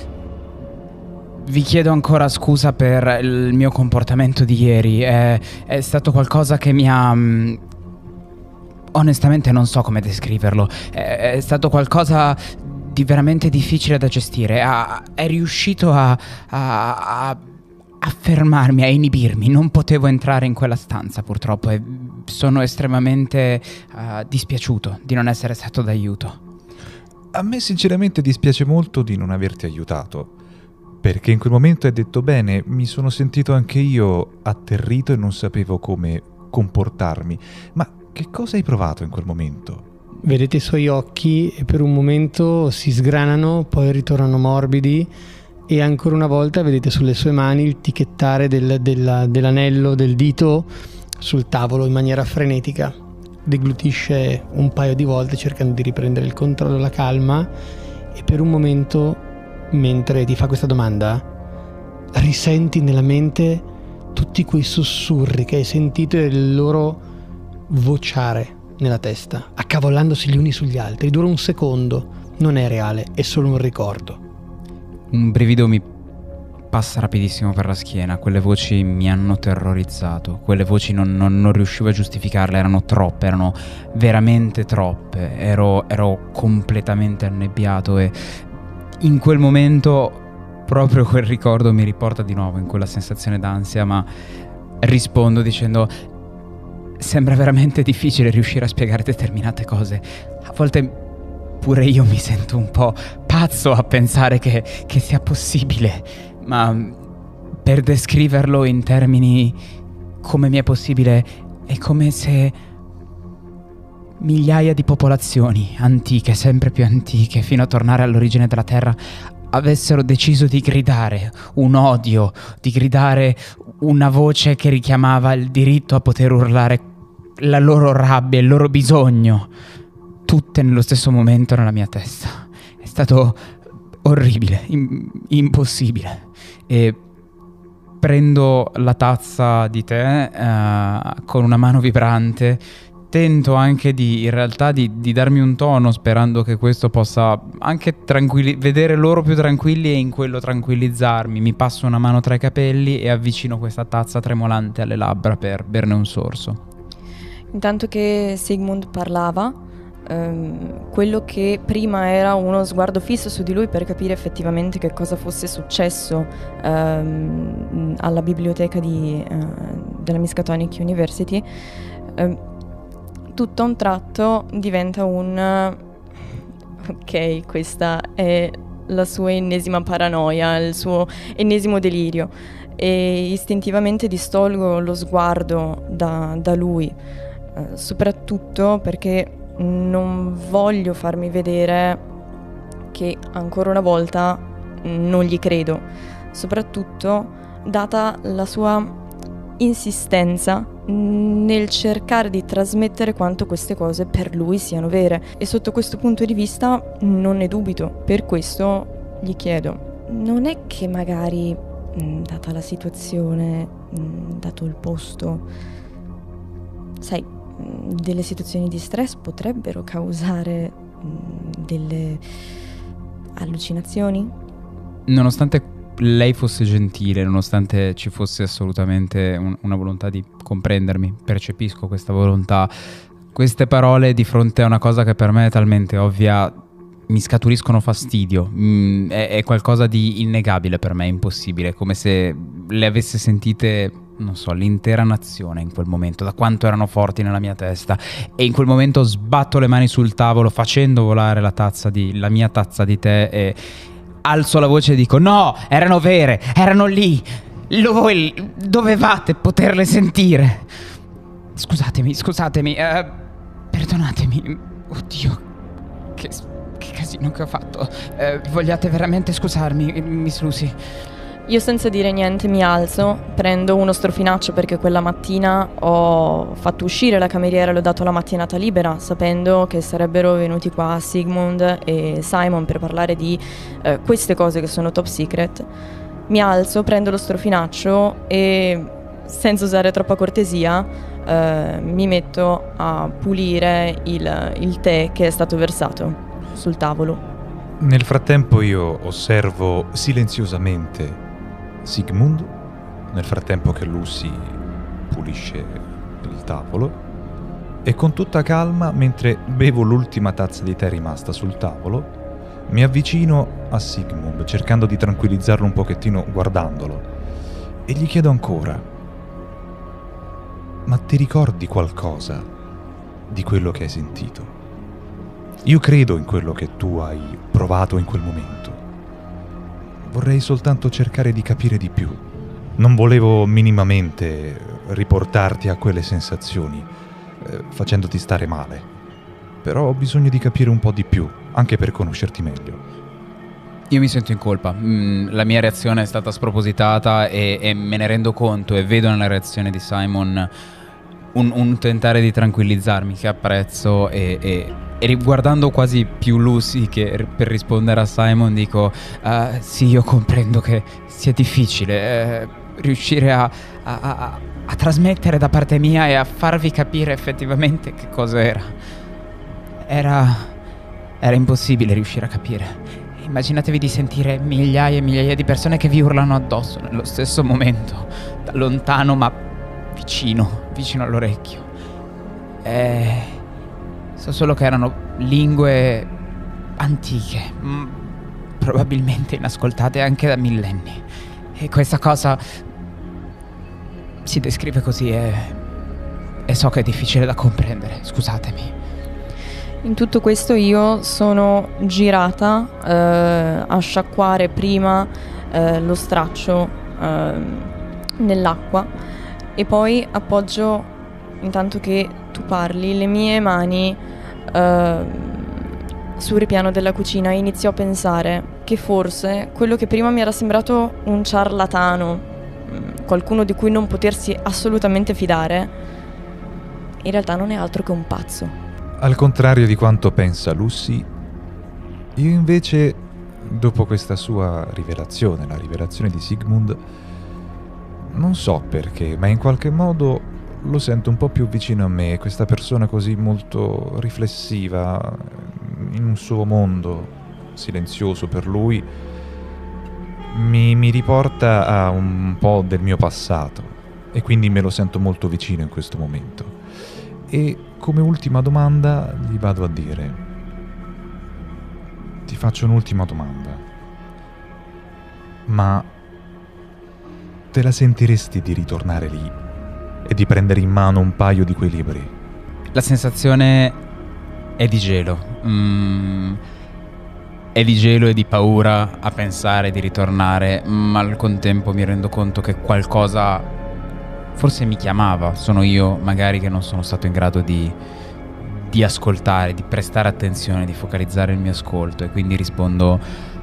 vi chiedo ancora scusa per il mio comportamento di ieri. È, è stato qualcosa che mi ha... Mh, onestamente non so come descriverlo. È, è stato qualcosa di veramente difficile da gestire. Ha, è riuscito a, a, a a fermarmi, a inibirmi. Non potevo entrare in quella stanza purtroppo e sono estremamente uh, dispiaciuto di non essere stato d'aiuto. A me sinceramente dispiace molto di non averti aiutato, perché in quel momento hai detto bene, mi sono sentito anche io atterrito e non sapevo come comportarmi. Ma che cosa hai provato in quel momento? Vedete i suoi occhi e per un momento si sgranano, poi ritornano morbidi. E ancora una volta vedete sulle sue mani il ticchettare del, della, dell'anello del dito sul tavolo in maniera frenetica. Deglutisce un paio di volte cercando di riprendere il controllo e la calma, e per un momento, mentre ti fa questa domanda, risenti nella mente tutti quei sussurri che hai sentito e il loro vociare nella testa, accavallandosi gli uni sugli altri. Dura un secondo, non è reale, è solo un ricordo. Un brivido mi passa rapidissimo per la schiena. Quelle voci mi hanno terrorizzato. Quelle voci non, non, non riuscivo a giustificarle, erano troppe, erano veramente troppe. Ero, ero completamente annebbiato e in quel momento proprio quel ricordo mi riporta di nuovo in quella sensazione d'ansia, ma rispondo dicendo: sembra veramente difficile riuscire a spiegare determinate cose. A volte pure io mi sento un po' pazzo a pensare che, che sia possibile, ma per descriverlo in termini come mi è possibile, è come se migliaia di popolazioni antiche, sempre più antiche, fino a tornare all'origine della Terra, avessero deciso di gridare un odio, di gridare una voce che richiamava il diritto a poter urlare la loro rabbia, il loro bisogno, tutte nello stesso momento nella mia testa. È stato orribile, im- impossibile. E prendo la tazza di tè uh, con una mano vibrante, tento anche di, in realtà, di, di darmi un tono, sperando che questo possa anche tranquilli- vedere loro più tranquilli e in quello tranquillizzarmi. Mi passo una mano tra i capelli e avvicino questa tazza tremolante alle labbra per berne un sorso. Intanto che Sigmund parlava, ehm, quello che prima era uno sguardo fisso su di lui per capire effettivamente che cosa fosse successo ehm, alla biblioteca di, eh, della Miskatonic University, ehm, tutto a un tratto diventa un ok, questa è la sua ennesima paranoia, il suo ennesimo delirio, e istintivamente distolgo lo sguardo da, da lui, eh, soprattutto perché non voglio farmi vedere che ancora una volta non gli credo, soprattutto data la sua insistenza nel cercare di trasmettere quanto queste cose per lui siano vere, e sotto questo punto di vista non ne dubito. Per questo gli chiedo: non è che magari, mh, data la situazione, mh, dato il posto, sai, mh, delle situazioni di stress potrebbero causare mh, delle allucinazioni? Nonostante lei fosse gentile, nonostante ci fosse assolutamente un, una volontà di comprendermi, percepisco questa volontà, queste parole di fronte a una cosa che per me è talmente ovvia mi scaturiscono fastidio. Mm, è, è qualcosa di innegabile per me, impossibile, come se le avesse sentite, non so, l'intera nazione in quel momento, da quanto erano forti nella mia testa. E in quel momento sbatto le mani sul tavolo facendo volare la tazza di, la mia tazza di tè, e alzo la voce e dico: no, erano vere, erano lì, voi dovevate poterle sentire. Scusatemi, scusatemi, uh, perdonatemi. Oddio, che che casino che ho fatto. Eh, vogliate veramente scusarmi, Miss Lucy? Io senza dire niente mi alzo, prendo uno strofinaccio perché quella mattina ho fatto uscire la cameriera e le ho dato la mattinata libera, sapendo che sarebbero venuti qua Sigmund e Simon per parlare di eh, queste cose che sono top secret. Mi alzo, prendo lo strofinaccio e, senza usare troppa cortesia, eh, mi metto a pulire il, il tè che è stato versato sul tavolo. Nel frattempo io osservo silenziosamente Sigmund, nel frattempo che Lucy pulisce il tavolo, e con tutta calma, mentre bevo l'ultima tazza di tè rimasta sul tavolo, mi avvicino a Sigmund, cercando di tranquillizzarlo un pochettino guardandolo, e gli chiedo ancora: ma ti ricordi qualcosa di quello che hai sentito? Io credo in quello che tu hai provato in quel momento. Vorrei soltanto cercare di capire di più. Non volevo minimamente riportarti a quelle sensazioni, eh, facendoti stare male. Però ho bisogno di capire un po' di più, anche per conoscerti meglio. Io mi sento in colpa. Mm, la mia reazione è stata spropositata e, e me ne rendo conto e vedo nella reazione di Simon un, un tentare di tranquillizzarmi che apprezzo e... e E riguardando quasi più Lucy che per rispondere a Simon dico uh, sì, io comprendo che sia difficile eh, riuscire a, a, a, a trasmettere da parte mia e a farvi capire effettivamente che cosa era. Era, era impossibile riuscire a capire. Immaginatevi di sentire migliaia e migliaia di persone che vi urlano addosso nello stesso momento, da lontano ma vicino, vicino all'orecchio. E... so solo che erano lingue antiche, mh, probabilmente inascoltate anche da millenni. E questa cosa si descrive così e, e so che è difficile da comprendere, scusatemi. In tutto questo io sono girata eh, a sciacquare prima eh, lo straccio eh, nell'acqua e poi appoggio, intanto che tu parli, le mie mani uh, sul ripiano della cucina e inizio a pensare che forse quello che prima mi era sembrato un ciarlatano, qualcuno di cui non potersi assolutamente fidare, in realtà non è altro che un pazzo. Al contrario di quanto pensa Lucy, io invece, dopo questa sua rivelazione, la rivelazione di Sigmund, non so perché, ma in qualche modo lo sento un po' più vicino a me, questa persona così molto riflessiva, in un suo mondo silenzioso per lui, mi, mi riporta a un po' del mio passato e quindi me lo sento molto vicino in questo momento. E come ultima domanda gli vado a dire: ti faccio un'ultima domanda, ma te la sentiresti di ritornare lì e di prendere in mano un paio di quei libri? La sensazione è di gelo. Mm, è di gelo e di paura a pensare di ritornare, ma al contempo mi rendo conto che qualcosa forse mi chiamava. Sono io magari che non sono stato in grado di, di ascoltare, di prestare attenzione, di focalizzare il mio ascolto, e quindi rispondo: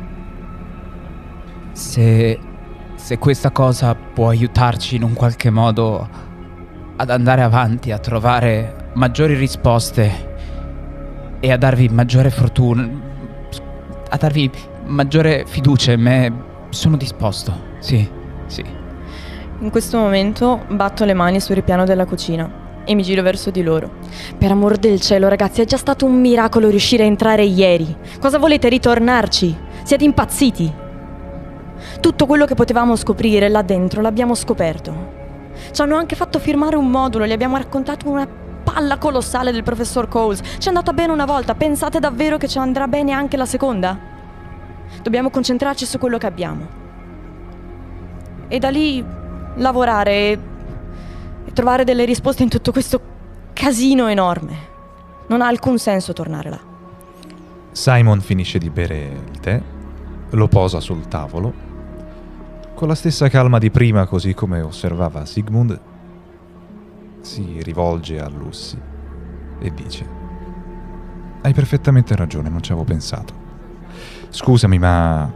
se, se questa cosa può aiutarci in un qualche modo ad andare avanti, a trovare maggiori risposte e a darvi maggiore fortuna, a darvi maggiore fiducia in me, sono disposto. Sì, sì. In questo momento batto le mani sul ripiano della cucina e mi giro verso di loro. Per amor del cielo, ragazzi, è già stato un miracolo riuscire a entrare ieri. Cosa volete, ritornarci? Siete impazziti? Tutto quello che potevamo scoprire là dentro l'abbiamo scoperto. Ci hanno anche fatto firmare un modulo, gli abbiamo raccontato una palla colossale del professor Coles. Ci è andata bene una volta, pensate davvero che ci andrà bene anche la seconda? Dobbiamo concentrarci su quello che abbiamo. E da lì lavorare e, e trovare delle risposte in tutto questo casino enorme. Non ha alcun senso tornare là. Simon finisce di bere il tè, lo posa sul tavolo. Con la stessa calma di prima, così come osservava Sigmund, si rivolge a Lucy e dice: hai perfettamente ragione, non ci avevo pensato. Scusami, ma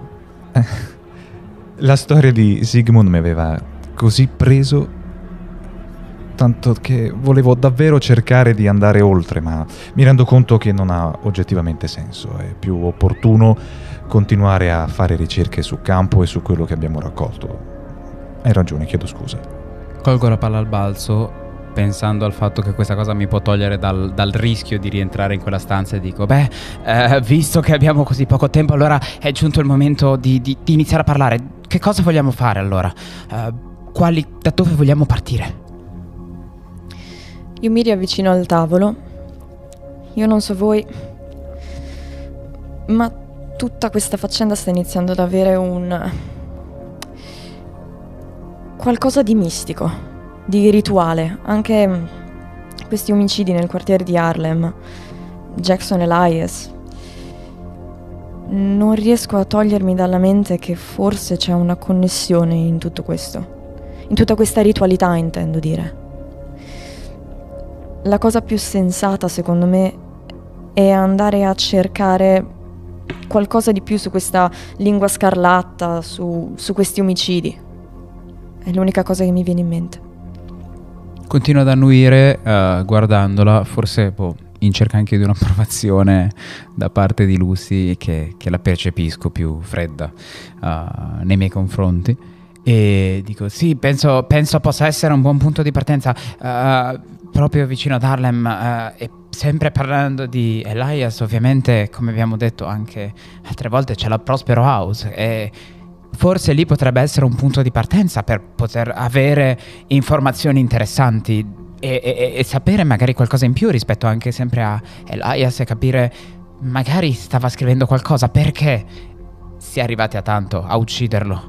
la storia di Sigmund mi aveva così preso, tanto che volevo davvero cercare di andare oltre, ma mi rendo conto che non ha oggettivamente senso. È più opportuno continuare a fare ricerche su campo e su quello che abbiamo raccolto. Hai ragione, chiedo scusa. Colgo la palla al balzo, pensando al fatto che questa cosa mi può togliere dal, dal rischio di rientrare in quella stanza, e dico, beh, eh, visto che abbiamo così poco tempo, allora è giunto il momento di, di, di iniziare a parlare. Che cosa vogliamo fare allora? Uh, quali, da dove vogliamo partire? Io mi riavvicino al tavolo. Io non so voi, ma tutta questa faccenda sta iniziando ad avere un... qualcosa di mistico, di rituale. Anche questi omicidi nel quartiere di Harlem, Jackson Elias. Non riesco a togliermi dalla mente che forse c'è una connessione in tutto questo. In tutta questa ritualità, intendo dire. La cosa più sensata, secondo me, è andare a cercare qualcosa di più su questa lingua scarlatta, su, su questi omicidi. È l'unica cosa che mi viene in mente. Continuo ad annuire uh, guardandola, forse boh, in cerca anche di un'approvazione da parte di Lucy, che, che la percepisco più fredda uh, nei miei confronti. E dico, sì, penso, penso possa essere un buon punto di partenza, uh, proprio vicino ad Harlem, uh, e sempre parlando di Elias, ovviamente, come abbiamo detto anche altre volte, c'è la Prospero House, e forse lì potrebbe essere un punto di partenza per poter avere informazioni interessanti e, e, e sapere magari qualcosa in più rispetto anche sempre a Elias, e capire magari stava scrivendo qualcosa, perché si è arrivati a tanto, a ucciderlo.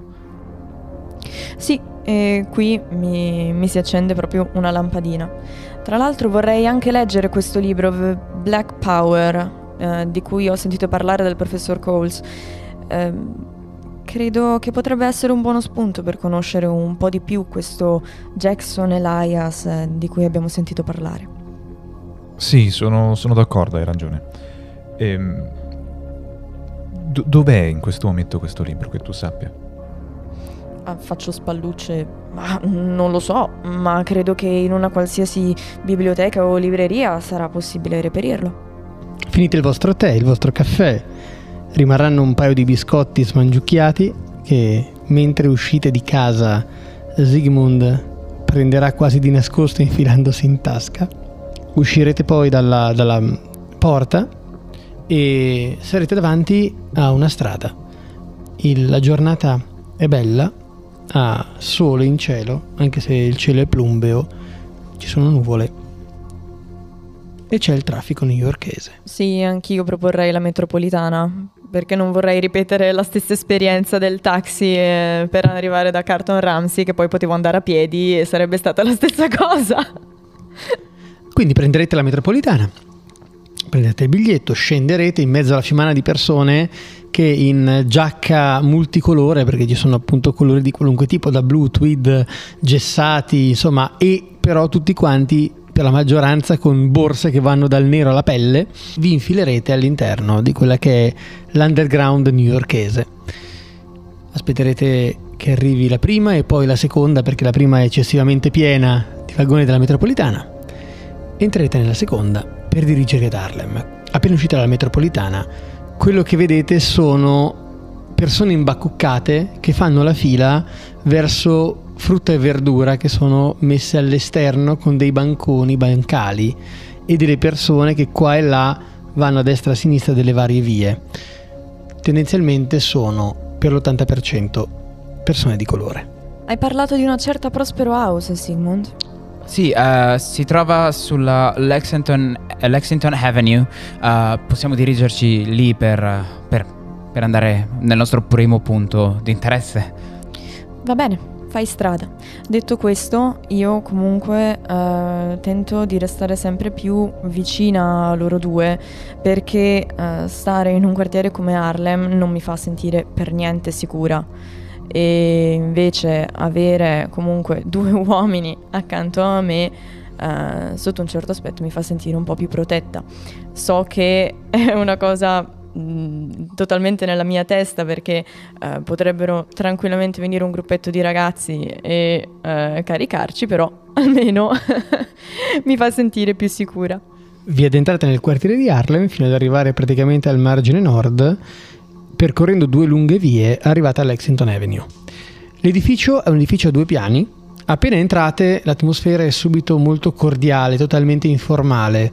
Sì, e qui mi, mi si accende proprio una lampadina. Tra l'altro vorrei anche leggere questo libro, The Black Power, eh, di cui ho sentito parlare dal professor Coles. Eh, credo che potrebbe essere un buono spunto per conoscere un po' di più questo Jackson Elias eh, di cui abbiamo sentito parlare. Sì, sono, sono d'accordo, hai ragione. Ehm, do- dov'è in questo momento questo libro, che tu sappia? Ah, faccio spallucce, ma non lo so, ma credo che in una qualsiasi biblioteca o libreria sarà possibile reperirlo. Finite il vostro tè, il vostro caffè, rimarranno un paio di biscotti smangiucchiati che, mentre uscite di casa, Sigmund prenderà quasi di nascosto infilandosi in tasca. Uscirete poi dalla, dalla porta e sarete davanti a una strada. Il, la giornata è bella, ha sole in cielo, anche se il cielo è plumbeo, ci sono nuvole e c'è il traffico newyorkese. Sì, anch'io proporrei la metropolitana, perché non vorrei ripetere la stessa esperienza del taxi eh, per arrivare da Carlton Ramsey, che poi potevo andare a piedi e sarebbe stata la stessa cosa. Quindi prenderete la metropolitana, prendete il biglietto, scenderete in mezzo alla fiumana di persone che in giacca multicolore, perché ci sono appunto colori di qualunque tipo, da blu, tweed, gessati, insomma, e però tutti quanti, per la maggioranza, con borse che vanno dal nero alla pelle, vi infilerete all'interno di quella che è l'underground newyorkese. Aspetterete che arrivi la prima e poi la seconda, perché la prima è eccessivamente piena di vagoni della metropolitana. Entrerete nella seconda per dirigere ad Harlem. Appena uscite dalla metropolitana, quello che vedete sono persone imbacuccate che fanno la fila verso frutta e verdura che sono messe all'esterno con dei banconi, bancali, e delle persone che qua e là vanno a destra e a sinistra delle varie vie. Tendenzialmente sono per l'ottanta per cento persone di colore. Hai parlato di una certa Prospero House, Sigmund? Sì, uh, si trova sulla Lexington, Lexington Avenue. Uh, possiamo dirigerci lì per, per, per andare nel nostro primo punto di interesse. Va bene, fai strada. Detto questo, io comunque uh, tento di restare sempre più vicina a loro due, perché uh, stare in un quartiere come Harlem non mi fa sentire per niente sicura. E invece avere comunque due uomini accanto a me eh, sotto un certo aspetto mi fa sentire un po' più protetta. So che è una cosa mh, totalmente nella mia testa, perché eh, potrebbero tranquillamente venire un gruppetto di ragazzi e eh, caricarci, però almeno mi fa sentire più sicura. Vi addentrate nel quartiere di Harlem fino ad arrivare praticamente al margine nord, percorrendo due lunghe vie arrivate a Lexington Avenue. L'edificio è un edificio a due piani. Appena entrate l'atmosfera è subito molto cordiale, totalmente informale.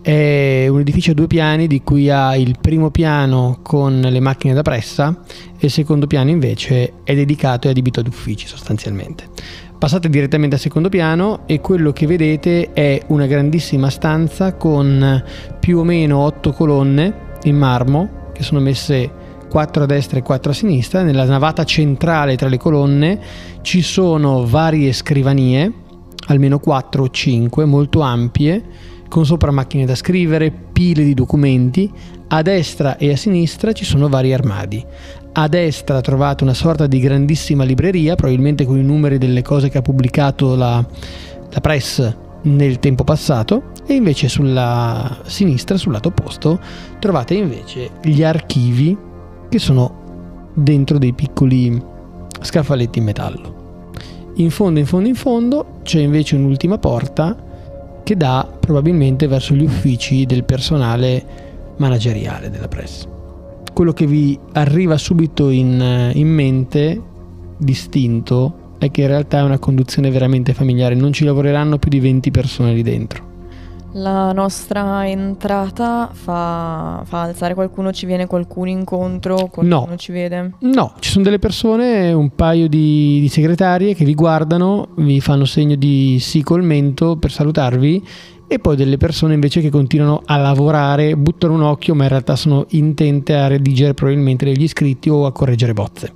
È un edificio a due piani di cui ha il primo piano con le macchine da pressa e il secondo piano invece è dedicato e adibito ad uffici sostanzialmente. Passate direttamente al secondo piano e quello che vedete è una grandissima stanza con più o meno otto colonne in marmo che sono messe quattro a destra e quattro a sinistra. Nella navata centrale tra le colonne ci sono varie scrivanie, almeno quattro o cinque, molto ampie, con sopra macchine da scrivere, pile di documenti. A destra e a sinistra ci sono vari armadi. A destra trovate una sorta di grandissima libreria, probabilmente con i numeri delle cose che ha pubblicato la, la press nel tempo passato, e invece sulla sinistra, sul lato opposto, trovate invece gli archivi che sono dentro dei piccoli scaffaletti in metallo. In fondo, in fondo, in fondo c'è invece un'ultima porta che dà probabilmente verso gli uffici del personale manageriale della press. Quello che vi arriva subito in, in mente, distinto, è che in realtà è una conduzione veramente familiare. Non ci lavoreranno più di venti persone lì dentro. La nostra entrata fa, fa alzare qualcuno, ci viene qualcuno incontro, qualcuno no. ci vede? No, ci sono delle persone, un paio di, di segretarie che vi guardano, vi fanno segno di sì col mento per salutarvi, e poi delle persone invece che continuano a lavorare, buttano un occhio, ma in realtà sono intente a redigere probabilmente degli scritti o a correggere bozze.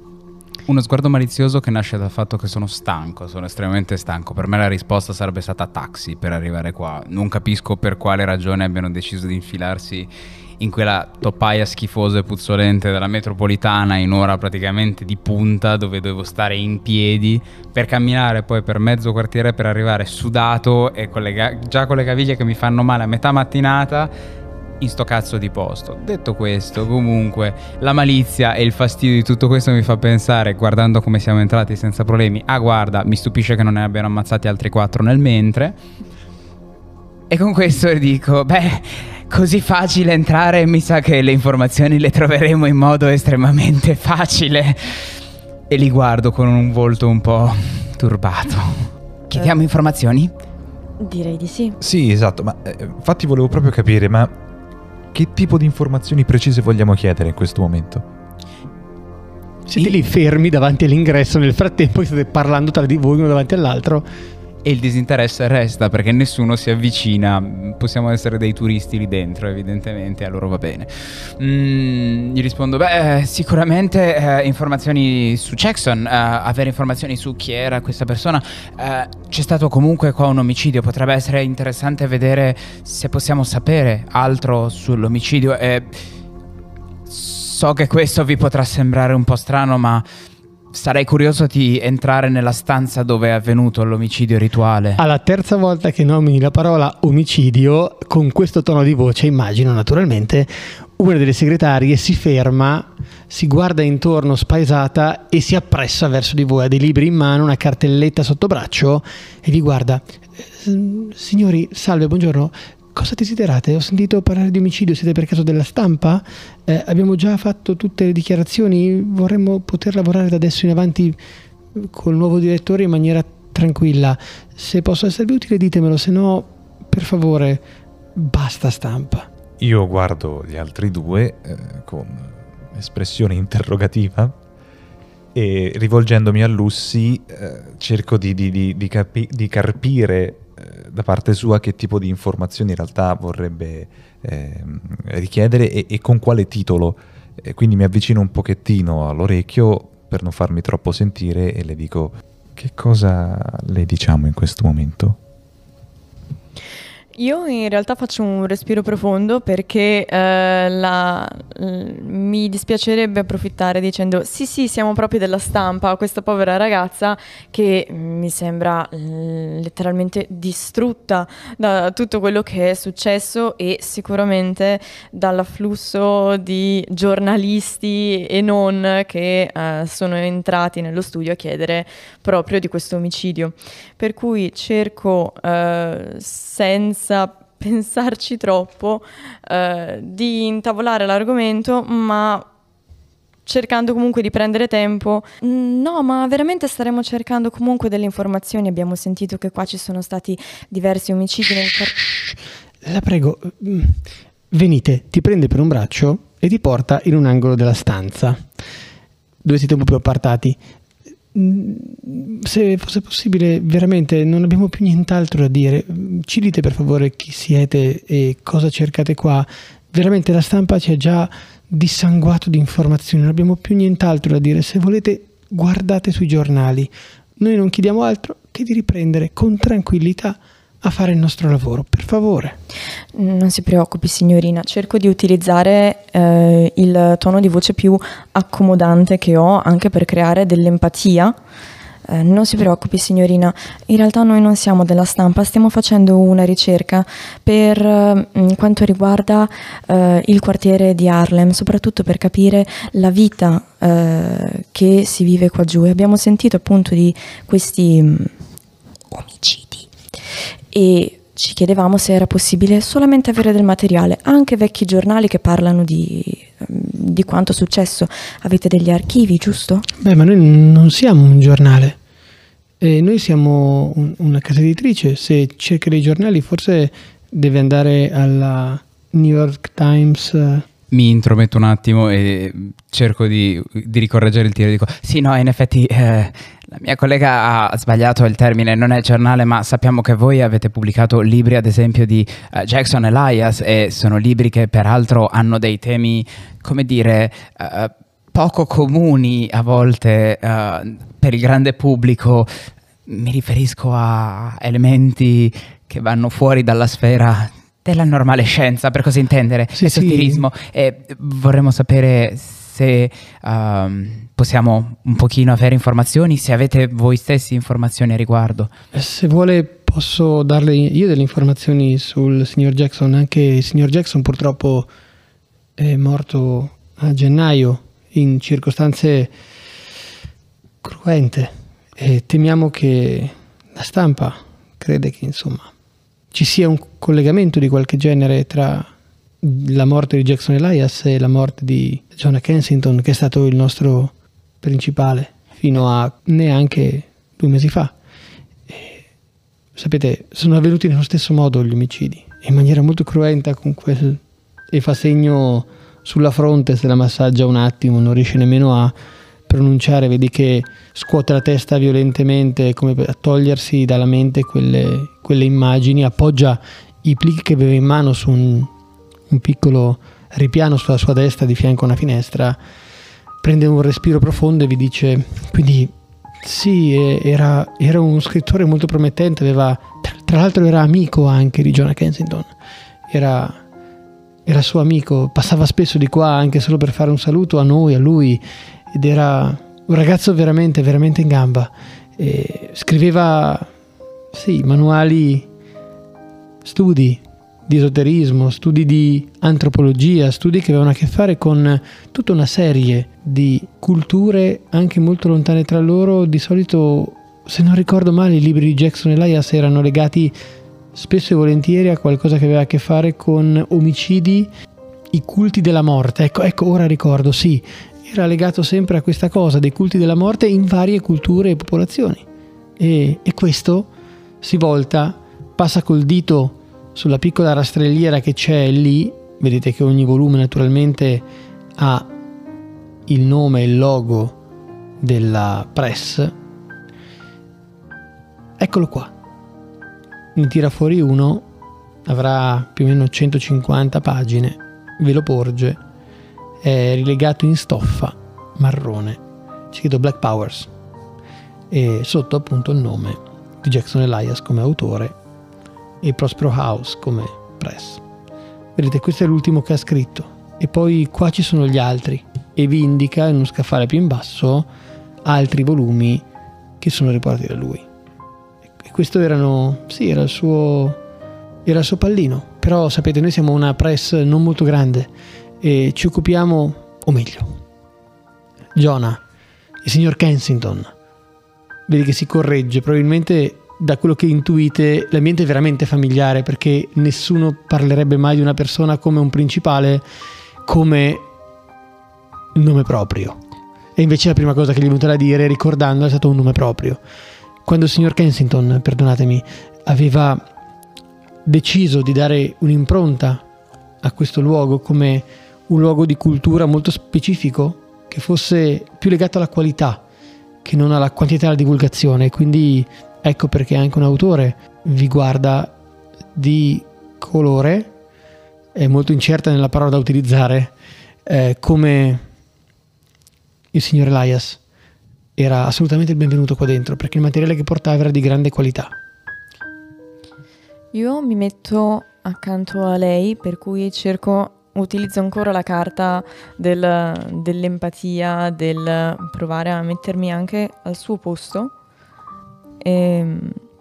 Uno sguardo malizioso che nasce dal fatto che sono stanco, sono estremamente stanco. Per me la risposta sarebbe stata taxi per arrivare qua. Non capisco per quale ragione abbiano deciso di infilarsi in quella toppaia schifosa e puzzolente della metropolitana in ora praticamente di punta, dove dovevo stare in piedi per camminare poi per mezzo quartiere per arrivare sudato e con le ga- già con le caviglie che mi fanno male a metà mattinata in sto cazzo di posto. Detto questo, comunque la malizia e il fastidio di tutto questo mi fa pensare, guardando come siamo entrati senza problemi, ah guarda, mi stupisce che non ne abbiano ammazzati altri quattro nel mentre. E con questo dico, beh, così facile entrare, mi sa che le informazioni le troveremo in modo estremamente facile. E li guardo con un volto un po' turbato. Chiediamo informazioni? Direi di sì. Sì, esatto, ma eh, infatti volevo proprio capire, ma che tipo di informazioni precise vogliamo chiedere in questo momento? Siete lì fermi davanti all'ingresso, nel frattempo state parlando tra di voi uno davanti all'altro. E il disinteresse resta perché nessuno si avvicina. Possiamo essere dei turisti lì dentro, evidentemente, a loro va bene. Mm, gli rispondo, beh, sicuramente eh, informazioni su Jackson, eh, avere informazioni su chi era questa persona. Eh, c'è stato comunque qua un omicidio, potrebbe essere interessante vedere se possiamo sapere altro sull'omicidio. E so che questo vi potrà sembrare un po' strano, ma sarei curioso di entrare nella stanza dove è avvenuto l'omicidio rituale. Alla terza volta che nomini la parola omicidio, con questo tono di voce, immagino naturalmente una delle segretarie si ferma, si guarda intorno spaesata e si appressa verso di voi. Ha dei libri in mano, una cartelletta sotto braccio e vi guarda. Signori, salve, buongiorno. Cosa desiderate? Ho sentito parlare di omicidio, siete per caso della stampa? Eh, abbiamo già fatto tutte le dichiarazioni, vorremmo poter lavorare da adesso in avanti col nuovo direttore in maniera tranquilla. Se posso esservi utile ditemelo, se no, per favore, basta stampa. Io guardo gli altri due eh, con espressione interrogativa e rivolgendomi a Lucy eh, cerco di, di, di, di, capi- di carpire da parte sua che tipo di informazioni in realtà vorrebbe eh, richiedere e, e con quale titolo. E quindi mi avvicino un pochettino all'orecchio per non farmi troppo sentire e le dico: che cosa le diciamo in questo momento? Io in realtà faccio un respiro profondo perché eh, la, l- mi dispiacerebbe approfittare dicendo sì sì siamo proprio della stampa, questa povera ragazza che mi sembra eh, letteralmente distrutta da tutto quello che è successo e sicuramente dall'afflusso di giornalisti e non che eh, sono entrati nello studio a chiedere proprio di questo omicidio. Per cui cerco eh, senza pensarci troppo eh, di intavolare l'argomento, ma cercando comunque di prendere tempo. No, ma veramente staremo cercando comunque delle informazioni. Abbiamo sentito che qua ci sono stati diversi omicidi nel quartiere. La prego, venite, ti prende per un braccio e ti porta in un angolo della stanza dove siete un po' più appartati. Se fosse possibile, veramente non abbiamo più nient'altro da dire. Ci dite per favore chi siete e cosa cercate qua. Veramente la stampa ci ha già dissanguato di informazioni, non abbiamo più nient'altro da dire. Se volete guardate sui giornali. Noi non chiediamo altro che di riprendere con tranquillità a fare il nostro lavoro, per favore. Non si preoccupi signorina, cerco di utilizzare eh, il tono di voce più accomodante che ho anche per creare dell'empatia. Eh, non si preoccupi signorina, in realtà noi non siamo della stampa, stiamo facendo una ricerca per eh, quanto riguarda eh, il quartiere di Harlem, soprattutto per capire la vita eh, che si vive qua giù, e abbiamo sentito appunto di questi mh, omicidi e ci chiedevamo se era possibile solamente avere del materiale, anche vecchi giornali che parlano di, di quanto è successo. Avete degli archivi, giusto? Beh, ma noi non siamo un giornale, eh, noi siamo un, una casa editrice. Se cerca dei giornali forse deve andare alla New York Times. Mi intrometto un attimo e cerco di, di ricorreggere il tiro. Dico, sì, no, in effetti eh, la mia collega ha sbagliato il termine, non è giornale, ma sappiamo che voi avete pubblicato libri, ad esempio, di uh, Jackson Elias, e sono libri che peraltro hanno dei temi, come dire, uh, poco comuni a volte uh, per il grande pubblico. Mi riferisco a elementi che vanno fuori dalla sfera della normale scienza, per così intendere, sì, esoterismo, sì. E vorremmo sapere se um, possiamo un pochino avere informazioni, se avete voi stessi informazioni a riguardo. Se vuole posso darle io delle informazioni sul signor Jackson. Anche il signor Jackson purtroppo è morto a gennaio in circostanze cruente e temiamo che la stampa crede che insomma ci sia un collegamento di qualche genere tra la morte di Jackson Elias e la morte di Jonah Kensington, che è stato il nostro principale fino a neanche due mesi fa. E, sapete, sono avvenuti nello stesso modo gli omicidi, in maniera molto cruenta, con quel e fa segno sulla fronte, se la massaggia un attimo, non riesce nemmeno a pronunciare, vedi che scuote la testa violentemente come per togliersi dalla mente quelle, quelle immagini, appoggia i plichi che aveva in mano su un, un piccolo ripiano sulla sua destra di fianco a una finestra, prende un respiro profondo e vi dice: quindi sì, era, era un scrittore molto promettente, aveva, tra, tra l'altro era amico anche di Jonah Kensington, era, era suo amico, passava spesso di qua anche solo per fare un saluto a noi, a lui, ed era un ragazzo veramente, veramente in gamba. E scriveva, sì, manuali, studi di esoterismo, studi di antropologia, studi che avevano a che fare con tutta una serie di culture anche molto lontane tra loro. Di solito, se non ricordo male, i libri di Jackson Elias erano legati spesso e volentieri a qualcosa che aveva a che fare con omicidi, i culti della morte. Ecco, ecco, ora ricordo, sì, era legato sempre a questa cosa dei culti della morte in varie culture e popolazioni. E, e questo si volta, passa col dito sulla piccola rastrelliera che c'è lì. Vedete che ogni volume naturalmente ha il nome e il logo della press. Eccolo qua. Ne tira fuori uno, avrà più o meno centocinquanta pagine, ve lo porge, è rilegato in stoffa marrone, c'è scritto Black Powers e sotto appunto il nome di Jackson Elias come autore e Prospero House come press. Vedete, questo è l'ultimo che ha scritto, e poi qua ci sono gli altri, e vi indica in uno scaffale più in basso altri volumi che sono riportati da lui. E questo erano, sì, era il suo, era il suo pallino. Però sapete, noi siamo una press non molto grande e ci occupiamo, o meglio, Jonah, il signor Kensington, vedi che si corregge, probabilmente da quello che intuite l'ambiente è veramente familiare, perché nessuno parlerebbe mai di una persona come un principale come nome proprio, e invece la prima cosa che gli è venuta da dire, ricordando, è stato un nome proprio. Quando il signor Kensington, perdonatemi, aveva deciso di dare un'impronta a questo luogo come un luogo di cultura molto specifico, che fosse più legato alla qualità che non alla quantità della divulgazione, quindi ecco perché anche un autore vi guarda di colore, è molto incerta nella parola da utilizzare, eh, come il signor Elias era assolutamente il benvenuto qua dentro, perché il materiale che portava era di grande qualità. Io mi metto accanto a lei, per cui cerco, utilizzo ancora la carta del, dell'empatia, del provare a mettermi anche al suo posto. E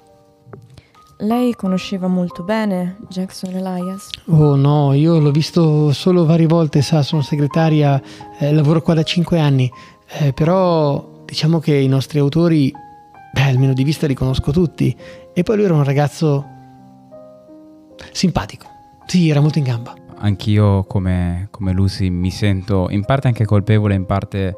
lei conosceva molto bene Jackson Elias? Oh no, io l'ho visto solo varie volte, sa, sono segretaria, eh, lavoro qua da cinque anni, eh, però diciamo che i nostri autori, beh, almeno di vista li conosco tutti, e poi lui era un ragazzo simpatico, sì, era molto in gamba. Anch'io come, come Lucy mi sento in parte anche colpevole, in parte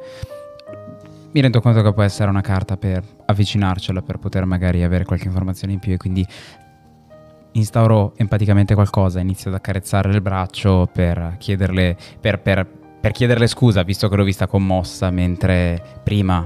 mi rendo conto che può essere una carta per avvicinarcela, per poter magari avere qualche informazione in più, e quindi instauro empaticamente qualcosa, inizio ad accarezzare il braccio per chiederle, per, per, per chiederle scusa, visto che l'ho vista commossa, mentre prima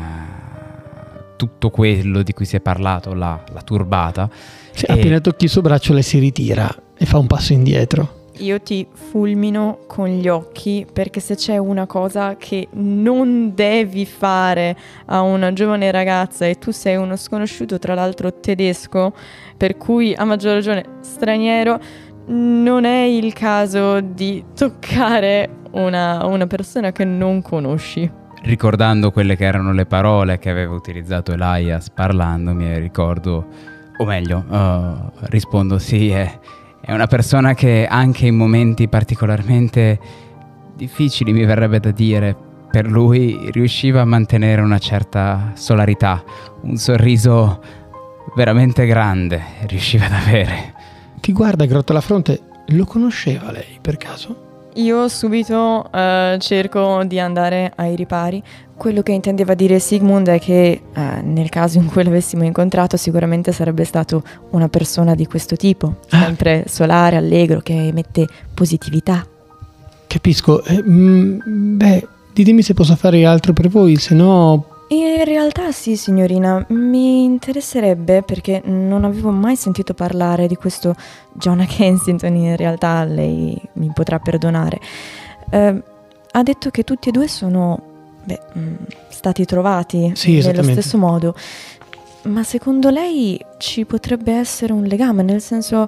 eh, tutto quello di cui si è parlato l'ha, l'ha turbata. Sì, e... appena tocchi il suo braccio lei si ritira e fa un passo indietro. Io ti fulmino con gli occhi, perché se c'è una cosa che non devi fare a una giovane ragazza, e tu sei uno sconosciuto, tra l'altro tedesco, per cui a maggior ragione straniero, non è il caso di toccare una, una persona che non conosci. Ricordando quelle che erano le parole che aveva utilizzato Elias parlandomi, ricordo, o meglio, uh, rispondo sì, è... È una persona che anche in momenti particolarmente difficili, mi verrebbe da dire, per lui riusciva a mantenere una certa solarità, un sorriso veramente grande riusciva ad avere. Ti guarda, grotta la fronte, lo conosceva lei per caso? Io subito uh, cerco di andare ai ripari. Quello che intendeva dire Sigmund è che uh, nel caso in cui l'avessimo incontrato sicuramente sarebbe stato una persona di questo tipo, sempre solare, allegro, che emette positività. Capisco. Eh, mh, beh, ditemi se posso fare altro per voi, se no... In realtà sì, signorina, mi interesserebbe, perché non avevo mai sentito parlare di questo Jonah Kensington. In realtà lei mi potrà perdonare. Eh, ha detto che tutti e due sono beh, stati trovati sì, nello stesso modo, ma secondo lei ci potrebbe essere un legame, nel senso,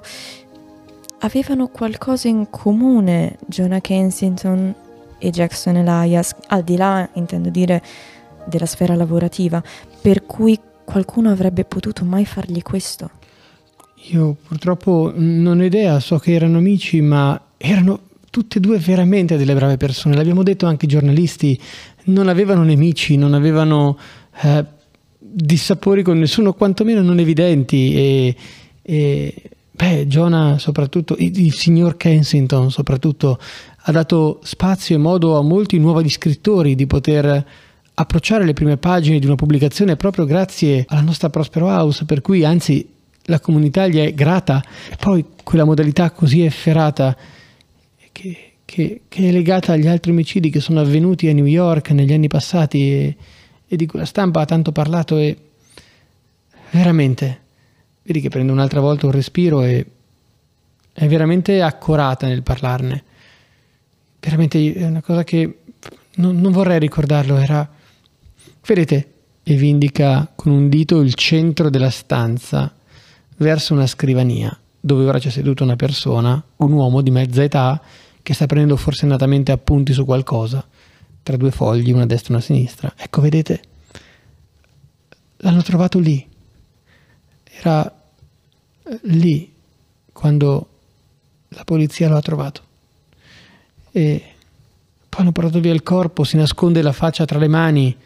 avevano qualcosa in comune Jonah Kensington e Jackson Elias, al di là, intendo dire, della sfera lavorativa, per cui qualcuno avrebbe potuto mai fargli questo? Io purtroppo non ho idea, so che erano amici, ma erano tutte e due veramente delle brave persone, l'abbiamo detto anche i giornalisti, non avevano nemici, non avevano eh, dissapori con nessuno, quantomeno non evidenti, e, e beh, Jonah soprattutto, il, il signor Kensington soprattutto, ha dato spazio e modo a molti nuovi scrittori di poter approcciare le prime pagine di una pubblicazione proprio grazie alla nostra Prospero House, per cui anzi la comunità gli è grata. E poi quella modalità così efferata che, che, che è legata agli altri omicidi che sono avvenuti a New York negli anni passati e, e di cui la stampa ha tanto parlato, e veramente vedi che prende un'altra volta un respiro e è veramente accorata nel parlarne. Veramente è una cosa che non, non vorrei ricordarlo, era... Vedete, e vi indica con un dito il centro della stanza verso una scrivania dove ora c'è seduta una persona, un uomo di mezza età, che sta prendendo forsennatamente appunti su qualcosa, tra due fogli, una a destra e una a sinistra. Ecco, vedete? L'hanno trovato lì. Era lì quando la polizia lo ha trovato. E poi hanno portato via il corpo, si nasconde la faccia tra le mani.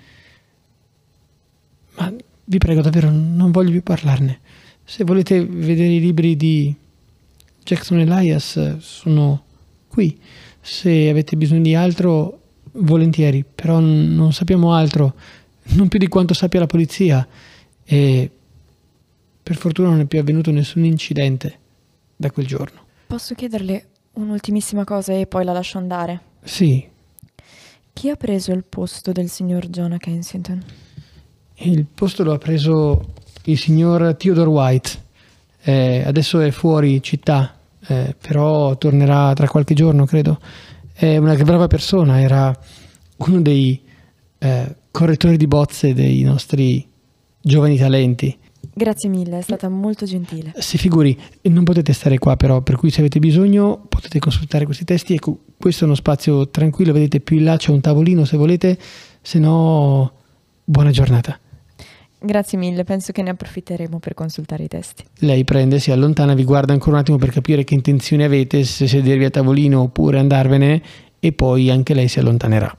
Ma vi prego, davvero, non voglio più parlarne. Se volete vedere i libri di Jackson Elias, sono qui. Se avete bisogno di altro, volentieri, però non sappiamo altro, non più di quanto sappia la polizia, e per fortuna non è più avvenuto nessun incidente da quel giorno. Posso chiederle un'ultimissima cosa e poi la lascio andare? Sì. Chi ha preso il posto del signor Jonah Kensington? Il posto lo ha preso il signor Theodore White. Eh, adesso è fuori città, eh, però tornerà tra qualche giorno, credo. È una brava persona, era uno dei eh, correttori di bozze dei nostri giovani talenti. Grazie mille, è stata molto gentile. Si figuri, non potete stare qua però, per cui se avete bisogno potete consultare questi testi. Ecco, questo è uno spazio tranquillo, vedete più in là c'è un tavolino se volete, se no buona giornata. Grazie mille, penso che ne approfitteremo per consultare i testi. Lei prende, si allontana, vi guarda ancora un attimo per capire che intenzioni avete, se sedervi a tavolino oppure andarvene, e poi anche lei si allontanerà.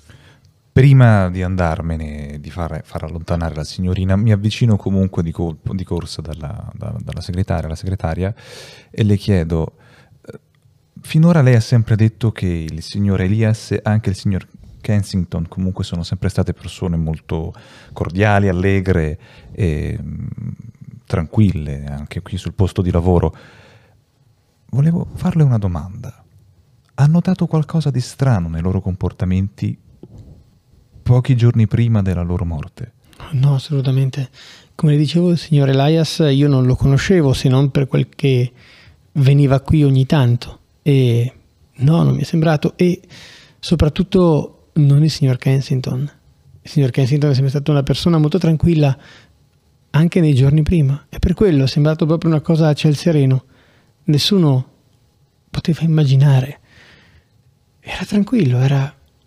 Prima di andarmene, di far, far allontanare la signorina, mi avvicino comunque di, colpo, di corsa dalla, da, dalla segretaria alla segretaria e le chiedo, finora lei ha sempre detto che il signor Elias e anche il signor Kensington comunque sono sempre state persone molto cordiali, allegre e mh, tranquille, anche qui sul posto di lavoro. Volevo farle una domanda. Ha notato qualcosa di strano nei loro comportamenti pochi giorni prima della loro morte? No, assolutamente. Come le dicevo, il signor Elias io non lo conoscevo se non per quel che veniva qui ogni tanto, e no, non mi è sembrato, e soprattutto non il signor Kensington. Il signor Kensington è sempre stato una persona molto tranquilla anche nei giorni prima, e per quello è sembrato proprio una cosa a ciel sereno. Nessuno poteva immaginare. Era tranquillo, era...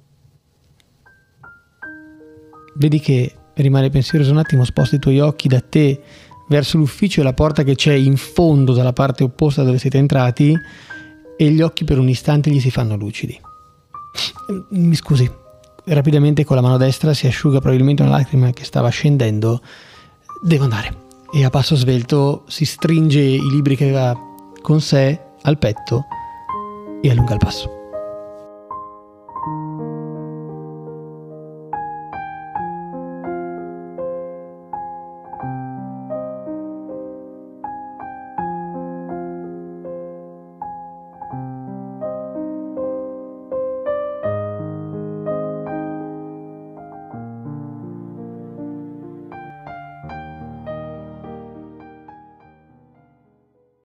Vedi che rimane pensieroso un attimo, sposti i tuoi occhi da te verso l'ufficio e la porta che c'è in fondo dalla parte opposta dove siete entrati, e gli occhi per un istante gli si fanno lucidi. Mi scusi, rapidamente con la mano destra si asciuga probabilmente una lacrima che stava scendendo. Devo andare. E a passo svelto si stringe i libri che aveva con sé al petto e allunga il passo.